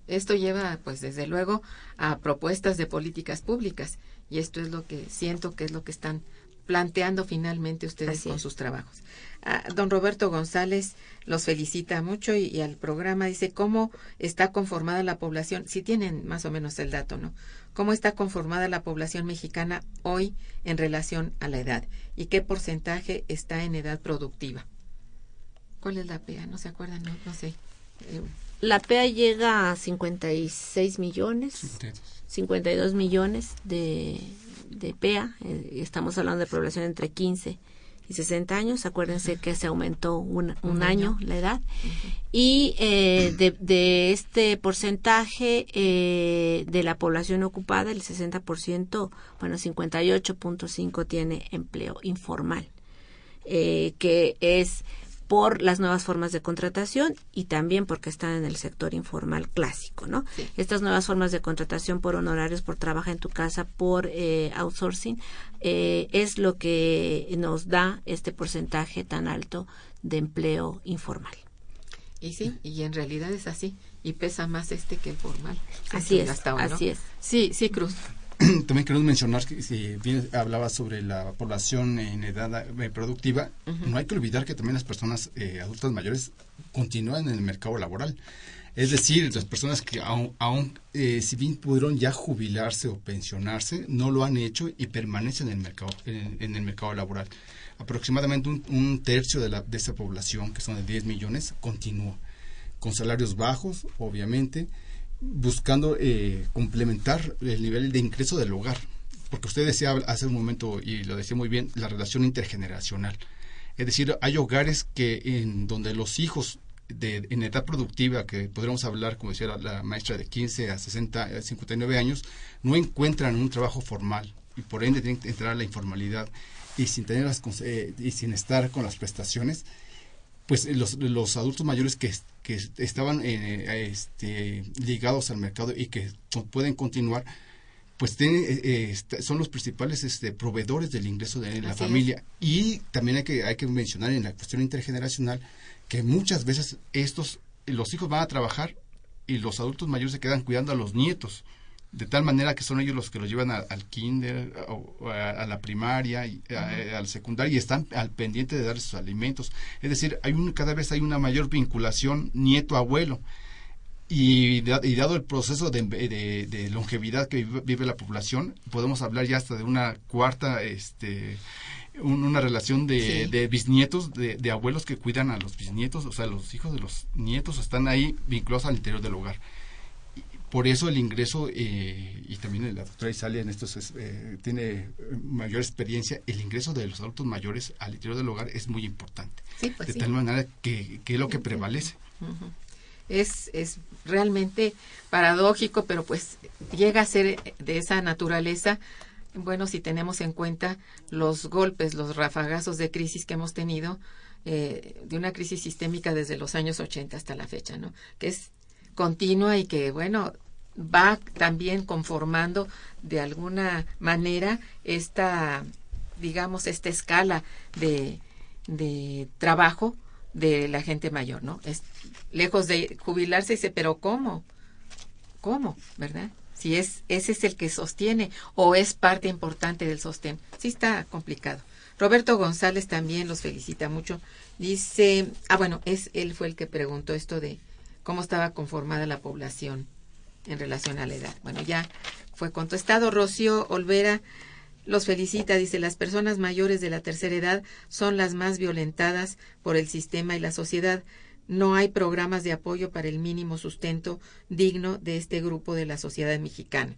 Esto lleva, pues desde luego, a propuestas de políticas públicas, y esto es lo que siento que es lo que están planteando finalmente ustedes con sus trabajos. Ah, don Roberto González los felicita mucho y, y al programa dice cómo está conformada la población, si tienen más o menos el dato, ¿no? ¿Cómo está conformada la población mexicana hoy en relación a la edad? ¿Y qué porcentaje está en edad productiva? ¿Cuál es la P E A? ¿No se acuerdan? No, no sé. Eh, La P E A llega a cincuenta y seis millones, cincuenta y dos millones de, de P E A. Eh, estamos hablando de población entre quince y sesenta años. Acuérdense que se aumentó un, un, un año, año la edad. Uh-huh. Y eh, de, de este porcentaje eh, de la población ocupada, el sesenta por ciento, bueno, cincuenta y ocho punto cinco tiene empleo informal, eh, que es por las nuevas formas de contratación y también porque están en el sector informal clásico, ¿no? Sí. Estas nuevas formas de contratación por honorarios, por trabajo en tu casa, por eh, outsourcing, eh, es lo que nos da este porcentaje tan alto de empleo informal. Y sí, y en realidad es así, y pesa más este que el formal. Así es, hasta hoy, ¿no? así es. Sí, sí, Cruz. También queremos mencionar que si bien hablaba sobre la población en edad productiva, uh-huh. no hay que olvidar que también las personas eh, adultas mayores continúan en el mercado laboral. Es decir, las personas que aún, aún eh, si bien pudieron ya jubilarse o pensionarse, no lo han hecho y permanecen en el mercado, en, en el mercado laboral. Aproximadamente un, un tercio de, la, de esa población, que son de diez millones, continúa con salarios bajos, obviamente, buscando eh, complementar el nivel de ingreso del hogar, porque usted decía hace un momento, y lo decía muy bien, la relación intergeneracional. Es decir, hay hogares que en donde los hijos de, en edad productiva, que podríamos hablar, como decía la, la maestra, de quince a sesenta, a cincuenta y nueve años, no encuentran un trabajo formal y por ende tienen que entrar a la informalidad y sin tener las, eh, y sin estar con las prestaciones. Pues los, los adultos mayores que, que estaban eh, este, ligados al mercado y que pueden continuar, pues tienen, eh, son los principales este, proveedores del ingreso de la Así familia. Es. Y también hay que, hay que mencionar en la cuestión intergeneracional que muchas veces estos, los hijos van a trabajar y los adultos mayores se quedan cuidando a los nietos, de tal manera que son ellos los que los llevan a, al kinder, a, a, a la primaria, y a, a la secundaria, y están al pendiente de darles sus alimentos. Es decir, hay un, cada vez hay una mayor vinculación nieto-abuelo. Y, da, y dado el proceso de, de, de longevidad que vive, vive la población, podemos hablar ya hasta de una cuarta, este, un, una relación de, sí. de bisnietos, de, de abuelos que cuidan a los bisnietos, o sea, los hijos de los nietos están ahí vinculados al interior del hogar. Por eso el ingreso, eh, y también la doctora Isalia en esto es, eh, tiene mayor experiencia, el ingreso de los adultos mayores al interior del hogar es muy importante. Sí, pues de sí. tal manera que, que es lo que prevalece. Uh-huh. Es, es realmente paradójico, pero pues llega a ser de esa naturaleza. Bueno, si tenemos en cuenta los golpes, los rafagazos de crisis que hemos tenido, eh, de una crisis sistémica desde los años ochenta hasta la fecha, ¿no? Que es continua y que, bueno, va también conformando de alguna manera esta, digamos, esta escala de, de trabajo de la gente mayor, ¿no? Es lejos de jubilarse, dice, pero ¿cómo? ¿Cómo? ¿Verdad? Si es ese es el que sostiene o es parte importante del sostén. Sí está complicado. Roberto González también los felicita mucho. Dice, ah, bueno, es él fue el que preguntó esto de cómo estaba conformada la población en relación a la edad. Bueno, ya fue contestado. Rocío Olvera los felicita, dice, las personas mayores de la tercera edad son las más violentadas por el sistema y la sociedad. No hay programas de apoyo para el mínimo sustento digno de este grupo de la sociedad mexicana.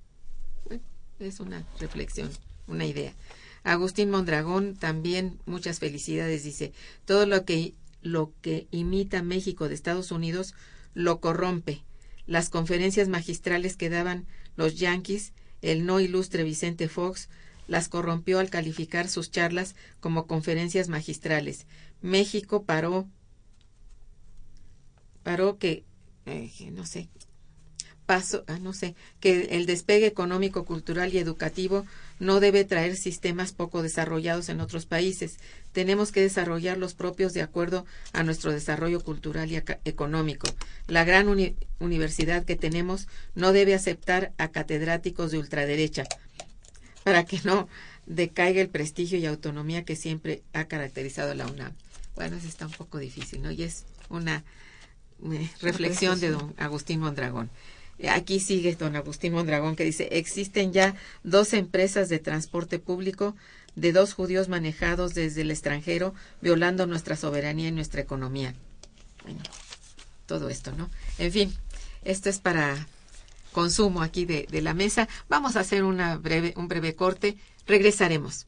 Bueno, es una reflexión, una idea. Agustín Mondragón también muchas felicidades, dice, todo lo que lo que imita México de Estados Unidos lo corrompe. Las conferencias magistrales que daban los yanquis, el no ilustre Vicente Fox, las corrompió al calificar sus charlas como conferencias magistrales. México paró, paró que, eh, no sé, paso, ah, no sé, que el despegue económico, cultural y educativo no debe traer sistemas poco desarrollados en otros países. Tenemos que desarrollar los propios de acuerdo a nuestro desarrollo cultural y económico. La gran uni universidad que tenemos no debe aceptar a catedráticos de ultraderecha para que no decaiga el prestigio y autonomía que siempre ha caracterizado a la UNAM. Bueno, eso está un poco difícil, ¿no? Y es una eh, reflexión de don Agustín Mondragón. Aquí sigue don Agustín Mondragón, que dice: existen ya dos empresas de transporte público de dos judíos manejados desde el extranjero, violando nuestra soberanía y nuestra economía. Bueno, todo esto, ¿no? En fin, esto es para consumo aquí de, de la mesa. Vamos a hacer una breve, un breve corte. Regresaremos.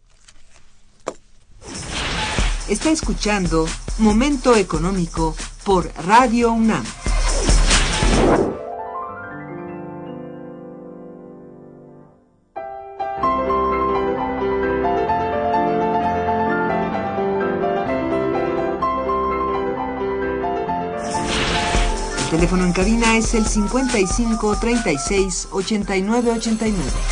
Está escuchando Momento Económico por Radio UNAM. El teléfono en cabina es el cincuenta y cinco, treinta y seis, ochenta y nueve, ochenta y nueve.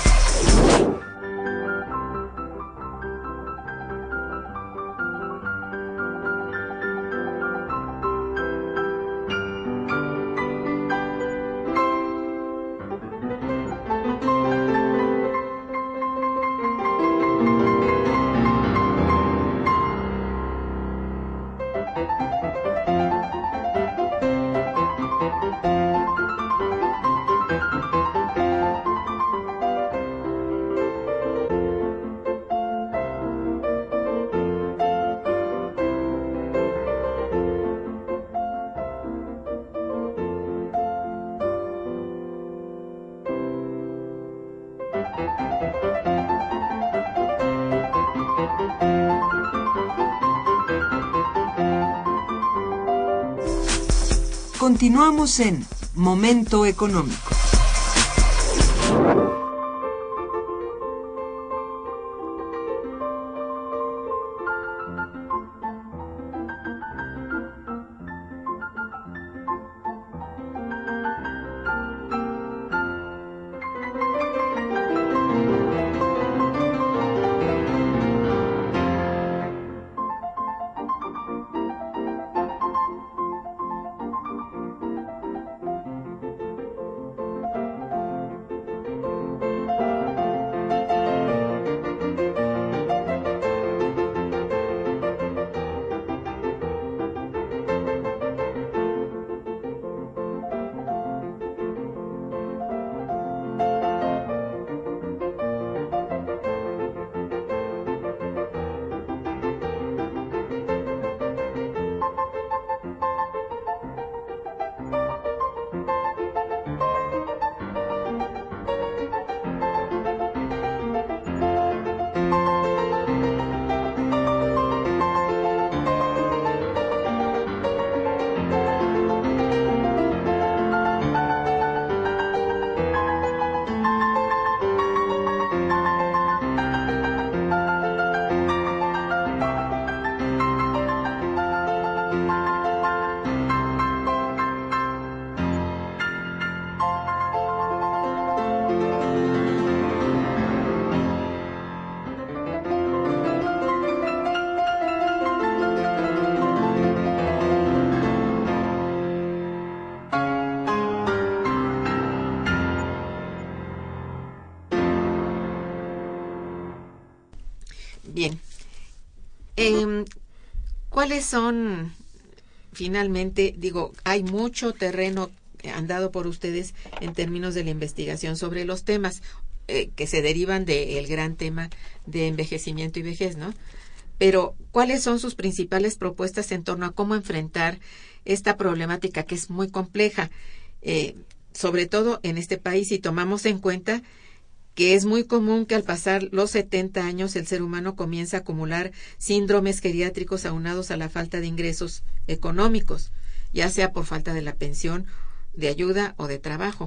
Continuamos en Momento Económico. Bien. Eh, ¿Cuáles son, finalmente, digo, hay mucho terreno andado por ustedes en términos de la investigación sobre los temas eh, que se derivan del gran tema de envejecimiento y vejez, ¿no? Pero, ¿cuáles son sus principales propuestas en torno a cómo enfrentar esta problemática que es muy compleja, eh, sobre todo en este país, si tomamos en cuenta que es muy común que al pasar los setenta años el ser humano comienza a acumular síndromes geriátricos aunados a la falta de ingresos económicos, ya sea por falta de la pensión, de ayuda o de trabajo?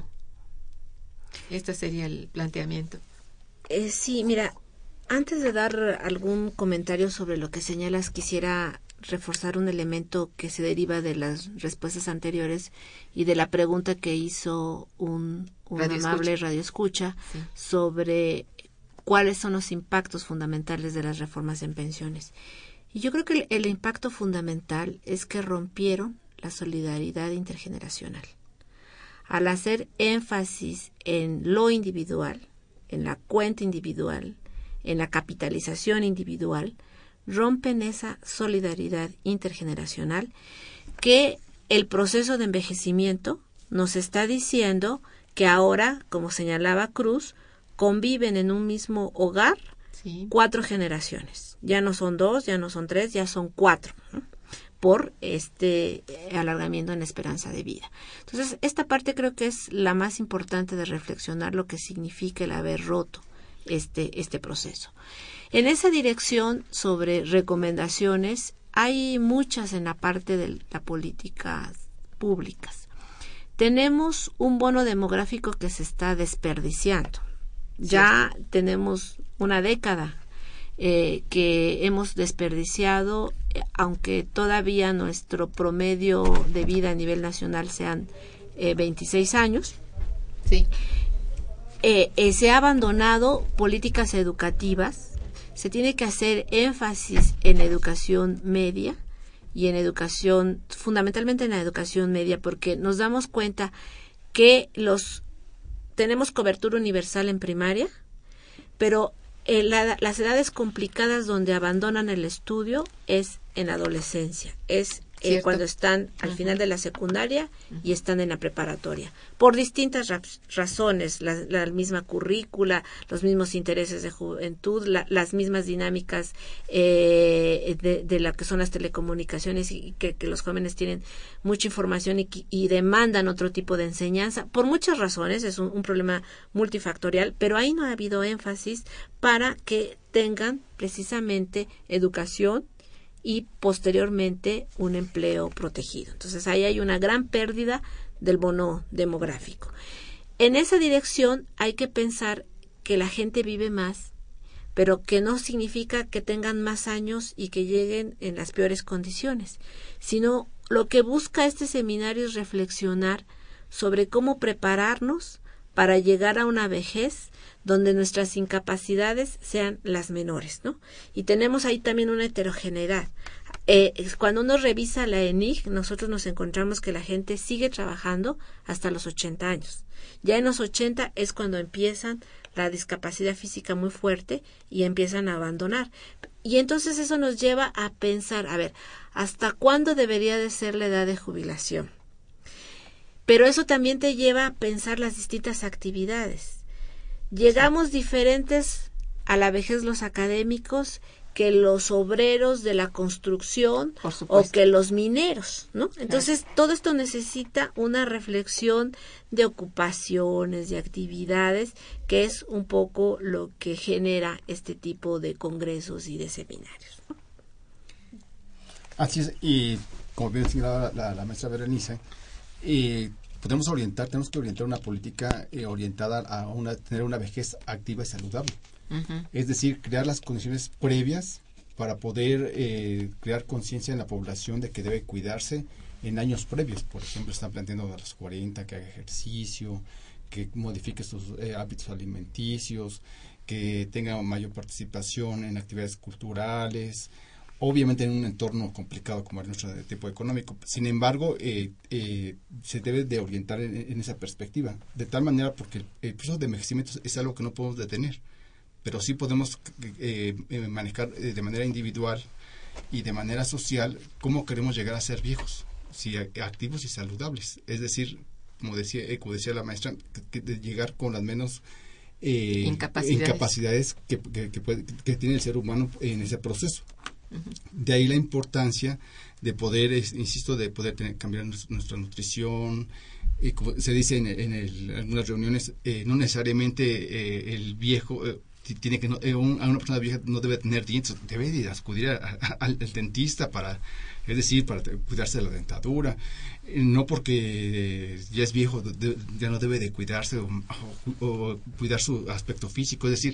Este sería el planteamiento. Eh, sí, mira, antes de dar algún comentario sobre lo que señalas, quisiera reforzar un elemento que se deriva de las respuestas anteriores y de la pregunta que hizo un, un radio amable escucha. radioescucha Sí. sobre cuáles son los impactos fundamentales de las reformas en pensiones. Y yo creo que el, el impacto fundamental es que rompieron la solidaridad intergeneracional. Al hacer énfasis en lo individual, en la cuenta individual, en la capitalización individual, rompen esa solidaridad intergeneracional que el proceso de envejecimiento nos está diciendo que ahora, como señalaba Cruz, conviven en un mismo hogar Sí. cuatro generaciones. Ya no son dos, ya no son tres, ya son cuatro, ¿no? Por este alargamiento en esperanza de vida. Entonces, esta parte creo que es la más importante de reflexionar lo que significa el haber roto este, este proceso. En esa dirección, sobre recomendaciones, hay muchas en la parte de las políticas públicas. Tenemos un bono demográfico que se está desperdiciando. Ya sí. tenemos una década eh, que hemos desperdiciado, eh, aunque todavía nuestro promedio de vida a nivel nacional sean eh, veintiséis años. Sí. Eh, eh, se ha abandonado políticas educativas. Se tiene que hacer énfasis en educación media y en educación, fundamentalmente en la educación media, porque nos damos cuenta que los tenemos cobertura universal en primaria, pero eh, la, las edades complicadas donde abandonan el estudio es en la adolescencia, es eh, cuando están al uh-huh. final de la secundaria uh-huh. y están en la preparatoria, por distintas ra- razones, la, la misma currícula, los mismos intereses de juventud, la, las mismas dinámicas eh, de, de lo que son las telecomunicaciones y que, que los jóvenes tienen mucha información y, y demandan otro tipo de enseñanza, por muchas razones, es un, un problema multifactorial, pero ahí no ha habido énfasis para que tengan precisamente educación y posteriormente un empleo protegido. Entonces ahí hay una gran pérdida del bono demográfico. En esa dirección hay que pensar que la gente vive más, pero que no significa que tengan más años y que lleguen en las peores condiciones, sino lo que busca este seminario es reflexionar sobre cómo prepararnos para llegar a una vejez donde nuestras incapacidades sean las menores, ¿no? Y tenemos ahí también una heterogeneidad. Eh, cuando uno revisa la E N I C, nosotros nos encontramos que la gente sigue trabajando hasta los ochenta años. Ya en los ochenta es cuando empiezan la discapacidad física muy fuerte y empiezan a abandonar. Y entonces eso nos lleva a pensar, a ver, ¿hasta cuándo debería de ser la edad de jubilación? Pero eso también te lleva a pensar las distintas actividades. Llegamos diferentes a la vejez los académicos que los obreros de la construcción o que los mineros, ¿no? Entonces, claro. todo esto necesita una reflexión de ocupaciones, de actividades, que es un poco lo que genera este tipo de congresos y de seminarios, ¿no? Así es, y como bien señalaba la, la, la maestra Berenice, eh, podemos orientar, tenemos que orientar una política eh, orientada a una, tener una vejez activa y saludable. Uh-huh. Es decir, crear las condiciones previas para poder eh, crear conciencia en la población de que debe cuidarse en años previos. Por ejemplo, están planteando a los cuarenta que haga ejercicio, que modifique sus eh, hábitos alimenticios, que tenga mayor participación en actividades culturales, obviamente en un entorno complicado como es nuestro tipo económico. Sin embargo, eh, eh, se debe de orientar en, en esa perspectiva, de tal manera porque el, el proceso de envejecimiento es algo que no podemos detener, pero sí podemos eh, manejar eh, de manera individual y de manera social cómo queremos llegar a ser viejos, si activos y saludables. Es decir, como decía, eh, como decía la maestra, que, que de llegar con las menos eh, incapacidades, incapacidades que, que, que, puede, que tiene el ser humano en ese proceso. De ahí la importancia de poder, insisto, de poder tener, cambiar nuestra nutrición. Y como se dice en, en, el, en algunas reuniones, eh, no necesariamente eh, el viejo eh, tiene que no, eh, un, una persona vieja no debe tener dientes, debe de acudir a, a, al, al dentista para, es decir, para cuidarse de la dentadura. Eh, no porque eh, ya es viejo de, ya no debe de cuidarse o, o, o cuidar su aspecto físico. Es decir,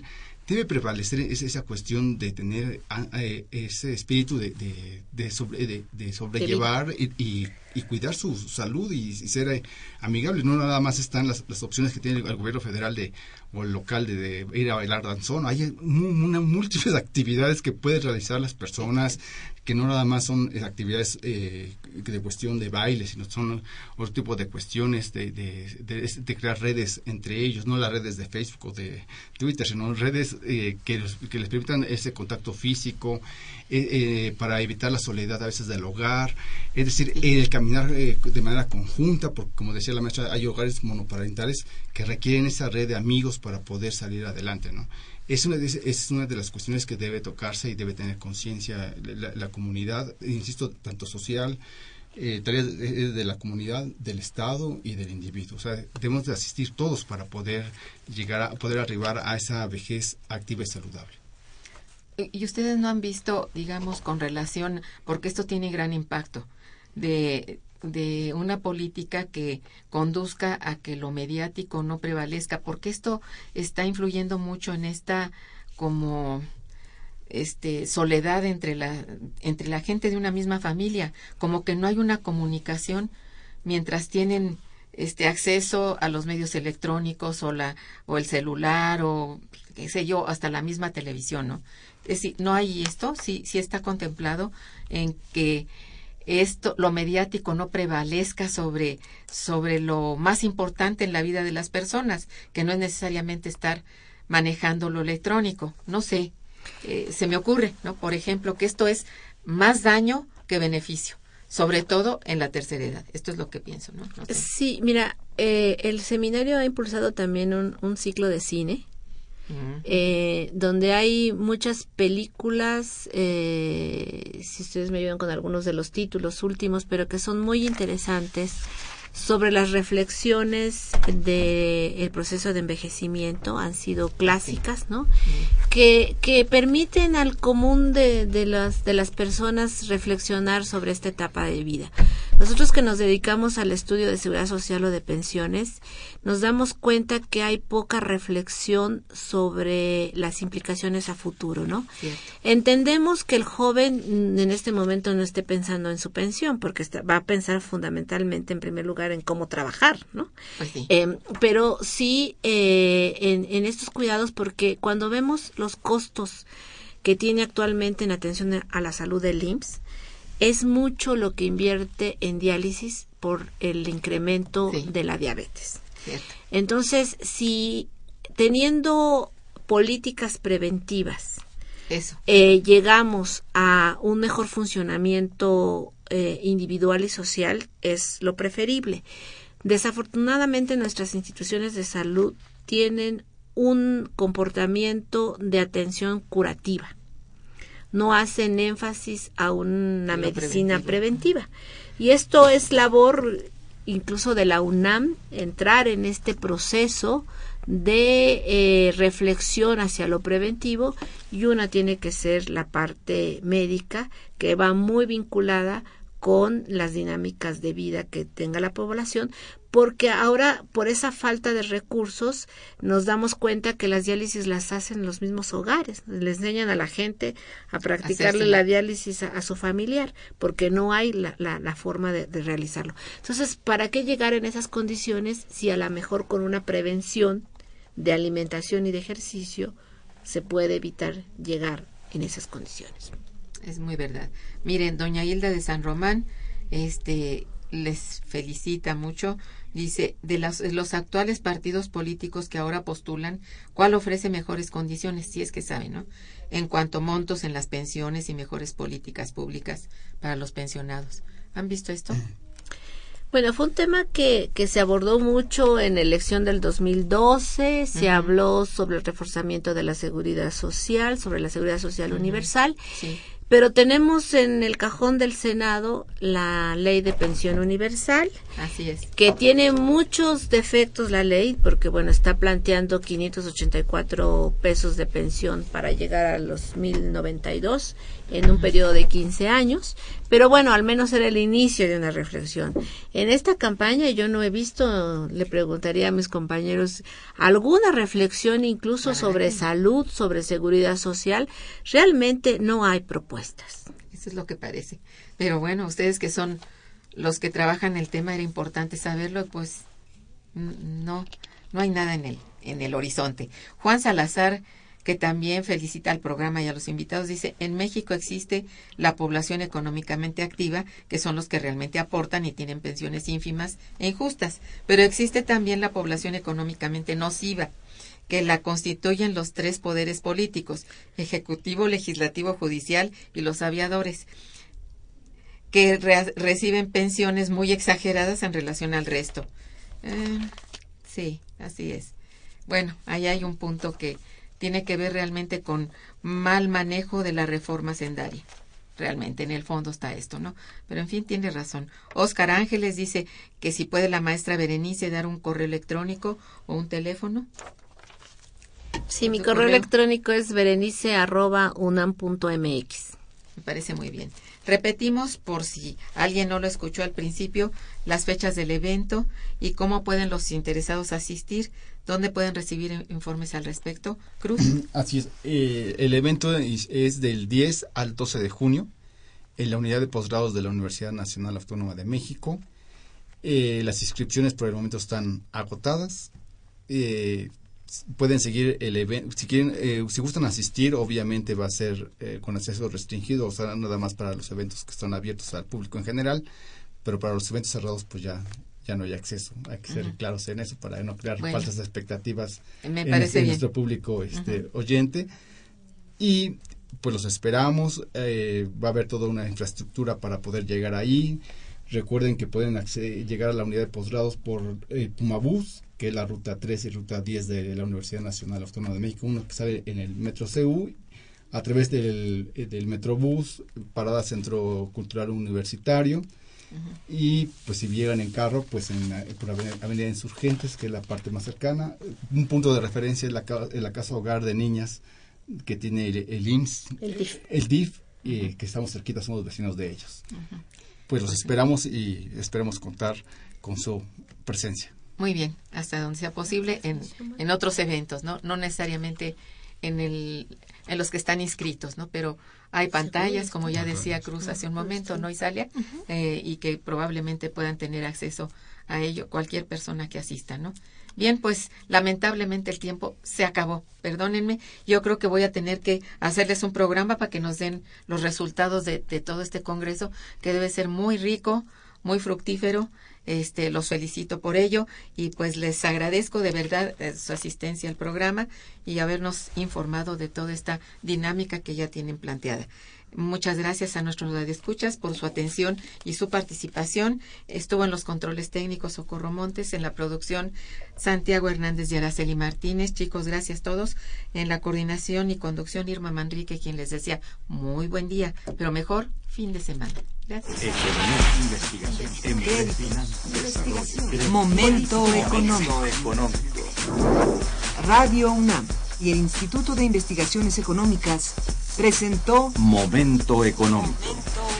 debe prevalecer esa, esa cuestión de tener eh, ese espíritu de, de, de, sobre, de, de sobrellevar y, y, y cuidar su, su salud y, y ser eh, amigable. No nada más están las, las opciones que tiene el, el gobierno federal de o el local de, de ir a bailar danzón. Hay una, múltiples actividades que pueden realizar las personas, que no nada más son eh, actividades eh, de cuestión de baile, sino son otro tipo de cuestiones de, de, de, de crear redes entre ellos, no las redes de Facebook o de Twitter, sino redes eh, que, los, que les permitan ese contacto físico eh, eh, para evitar la soledad a veces del hogar, es decir, el caminar eh, de manera conjunta, porque como decía la maestra, hay hogares monoparentales que requieren esa red de amigos para poder salir adelante, ¿no? Es una, de, es una de las cuestiones que debe tocarse y debe tener conciencia la, la comunidad, insisto, tanto social, eh, tareas de, de la comunidad, del Estado y del individuo. O sea, debemos de asistir todos para poder llegar a poder arribar a esa vejez activa y saludable. Y ustedes no han visto, digamos, con relación, porque esto tiene gran impacto, de de una política que conduzca a que lo mediático no prevalezca, porque esto está influyendo mucho en esta como este soledad entre la entre la gente de una misma familia, como que no hay una comunicación mientras tienen este acceso a los medios electrónicos o la o el celular o qué sé yo, hasta la misma televisión, ¿no? Es decir, no hay esto, sí sí está contemplado en que esto, lo mediático no prevalezca sobre, sobre lo más importante en la vida de las personas, que no es necesariamente estar manejando lo electrónico. No sé, eh, se me ocurre, ¿no? Por ejemplo, que esto es más daño que beneficio, sobre todo en la tercera edad. Esto es lo que pienso, ¿no? No sé. Sí, mira, eh, el seminario ha impulsado también un, un ciclo de cine, Eh, donde hay muchas películas, eh, si ustedes me ayudan con algunos de los títulos últimos, pero que son muy interesantes sobre las reflexiones del proceso de envejecimiento, han sido clásicas, ¿no? Que, que permiten al común de, de, las, de las personas reflexionar sobre esta etapa de vida. Nosotros que nos dedicamos al estudio de seguridad social o de pensiones, nos damos cuenta que hay poca reflexión sobre las implicaciones a futuro, ¿no? Cierto. Entendemos que el joven en este momento no esté pensando en su pensión, porque está, va a pensar fundamentalmente, en primer lugar, en cómo trabajar, ¿no? Pues sí. Eh, pero sí eh, en, en estos cuidados, porque cuando vemos los costos que tiene actualmente en atención a la salud del I M S S, es mucho lo que invierte en diálisis por el incremento sí. de la diabetes. Cierto. Entonces, si teniendo políticas preventivas Eso. Eh, llegamos a un mejor funcionamiento eh, individual y social, es lo preferible. Desafortunadamente, nuestras instituciones de salud tienen un comportamiento de atención curativa. No hacen énfasis a una medicina preventiva. Y esto es labor incluso de la UNAM, entrar en este proceso de eh, reflexión hacia lo preventivo, y una tiene que ser la parte médica, que va muy vinculada con las dinámicas de vida que tenga la población, porque ahora por esa falta de recursos nos damos cuenta que las diálisis las hacen en los mismos hogares, le enseñan a la gente a practicarle la diálisis a, a su familiar, porque no hay la, la, la forma de, de realizarlo. Entonces, ¿para qué llegar en esas condiciones si a lo mejor con una prevención de alimentación y de ejercicio se puede evitar llegar en esas condiciones? Es muy verdad. Miren, doña Hilda de San Román, este, les felicita mucho. Dice, de las, los actuales partidos políticos que ahora postulan, ¿cuál ofrece mejores condiciones? Si es que saben, ¿no? En cuanto a montos en las pensiones y mejores políticas públicas para los pensionados. ¿Han visto esto? Bueno, fue un tema que, que se abordó mucho en la elección del dos mil doce, se uh-huh. habló sobre el reforzamiento de la seguridad social, sobre la seguridad social uh-huh. universal, sí. Pero tenemos en el cajón del Senado la ley de pensión universal. Así es. Que tiene muchos defectos la ley, porque bueno, está planteando quinientos ochenta y cuatro pesos de pensión para llegar a los mil noventa y dos en un periodo de quince años, pero bueno, al menos era el inicio de una reflexión. En esta campaña yo no he visto, le preguntaría a mis compañeros, alguna reflexión incluso sobre salud, sobre seguridad social. Realmente no hay propuestas. Eso es lo que parece. Pero bueno, ustedes que son los que trabajan el tema, era importante saberlo, pues no, no hay nada en el, en el horizonte. Juan Salazar, que también felicita al programa y a los invitados, dice, en México existe la población económicamente activa, que son los que realmente aportan y tienen pensiones ínfimas e injustas, pero existe también la población económicamente nociva, que la constituyen los tres poderes políticos, ejecutivo, legislativo, judicial y los aviadores, que re- reciben pensiones muy exageradas en relación al resto. Eh, sí, así es. Bueno, ahí hay un punto que tiene que ver realmente con mal manejo de la reforma sendaria. Realmente, en el fondo está esto, ¿no? Pero en fin, tiene razón. Óscar Ángeles dice que si puede la maestra Berenice dar un correo electrónico o un teléfono. Sí, mi correo, correo electrónico es berenice arroba unam punto mx. Me parece muy bien. Repetimos, por si alguien no lo escuchó al principio, las fechas del evento y cómo pueden los interesados asistir, dónde pueden recibir informes al respecto. Cruz. Así es. Eh, el evento es, es del diez al doce de junio en la unidad de posgrados de la Universidad Nacional Autónoma de México. Eh, las inscripciones por el momento están agotadas. Eh, pueden seguir el evento, si quieren, eh, si gustan asistir, obviamente va a ser eh, con acceso restringido, o sea, nada más para los eventos que están abiertos al público en general, pero para los eventos cerrados pues ya ya no hay acceso. Hay que ser uh-huh. claros en eso para no crear bueno, falsas expectativas me en, parece en bien. nuestro público este uh-huh. oyente. Y pues los esperamos, eh, va a haber toda una infraestructura para poder llegar ahí. Recuerden que pueden acceder, llegar a la unidad de posgrados por eh, Pumabús, que es la ruta tres y ruta diez de la Universidad Nacional Autónoma de México, uno que sale en el Metro C U, a través del, del Metrobús, parada Centro Cultural Universitario, uh-huh. y pues si llegan en carro, pues en la, por Avenida, Avenida Insurgentes, que es la parte más cercana. Un punto de referencia es la, la Casa Hogar de Niñas, que tiene el, el I M S S, el D I F, el D I F uh-huh. eh, que estamos cerquita, somos vecinos de ellos. Uh-huh. Pues los esperamos y esperamos contar con su presencia. Muy bien, hasta donde sea posible en, en otros eventos, ¿no? No necesariamente en el en los que están inscritos, ¿no? Pero hay pantallas, como ya decía Cruz hace un momento, ¿no, Isalia? Eh, y que probablemente puedan tener acceso a ello cualquier persona que asista, ¿no? Bien, pues lamentablemente el tiempo se acabó, perdónenme, yo creo que voy a tener que hacerles un programa para que nos den los resultados de, de todo este congreso, que debe ser muy rico, muy fructífero. Este, los felicito por ello y pues les agradezco de verdad eh, su asistencia al programa y habernos informado de toda esta dinámica que ya tienen planteada. Muchas gracias a nuestros radioescuchas por su atención y su participación. Estuvo en los controles técnicos Socorro Montes, en la producción Santiago Hernández y Araceli Martínez. Chicos, gracias a todos. En la coordinación y conducción Irma Manrique, quien les decía muy buen día, pero mejor fin de semana. Gracias. Momento económico. Radio UNAM y el Instituto de Investigaciones Económicas presentó Momento Económico.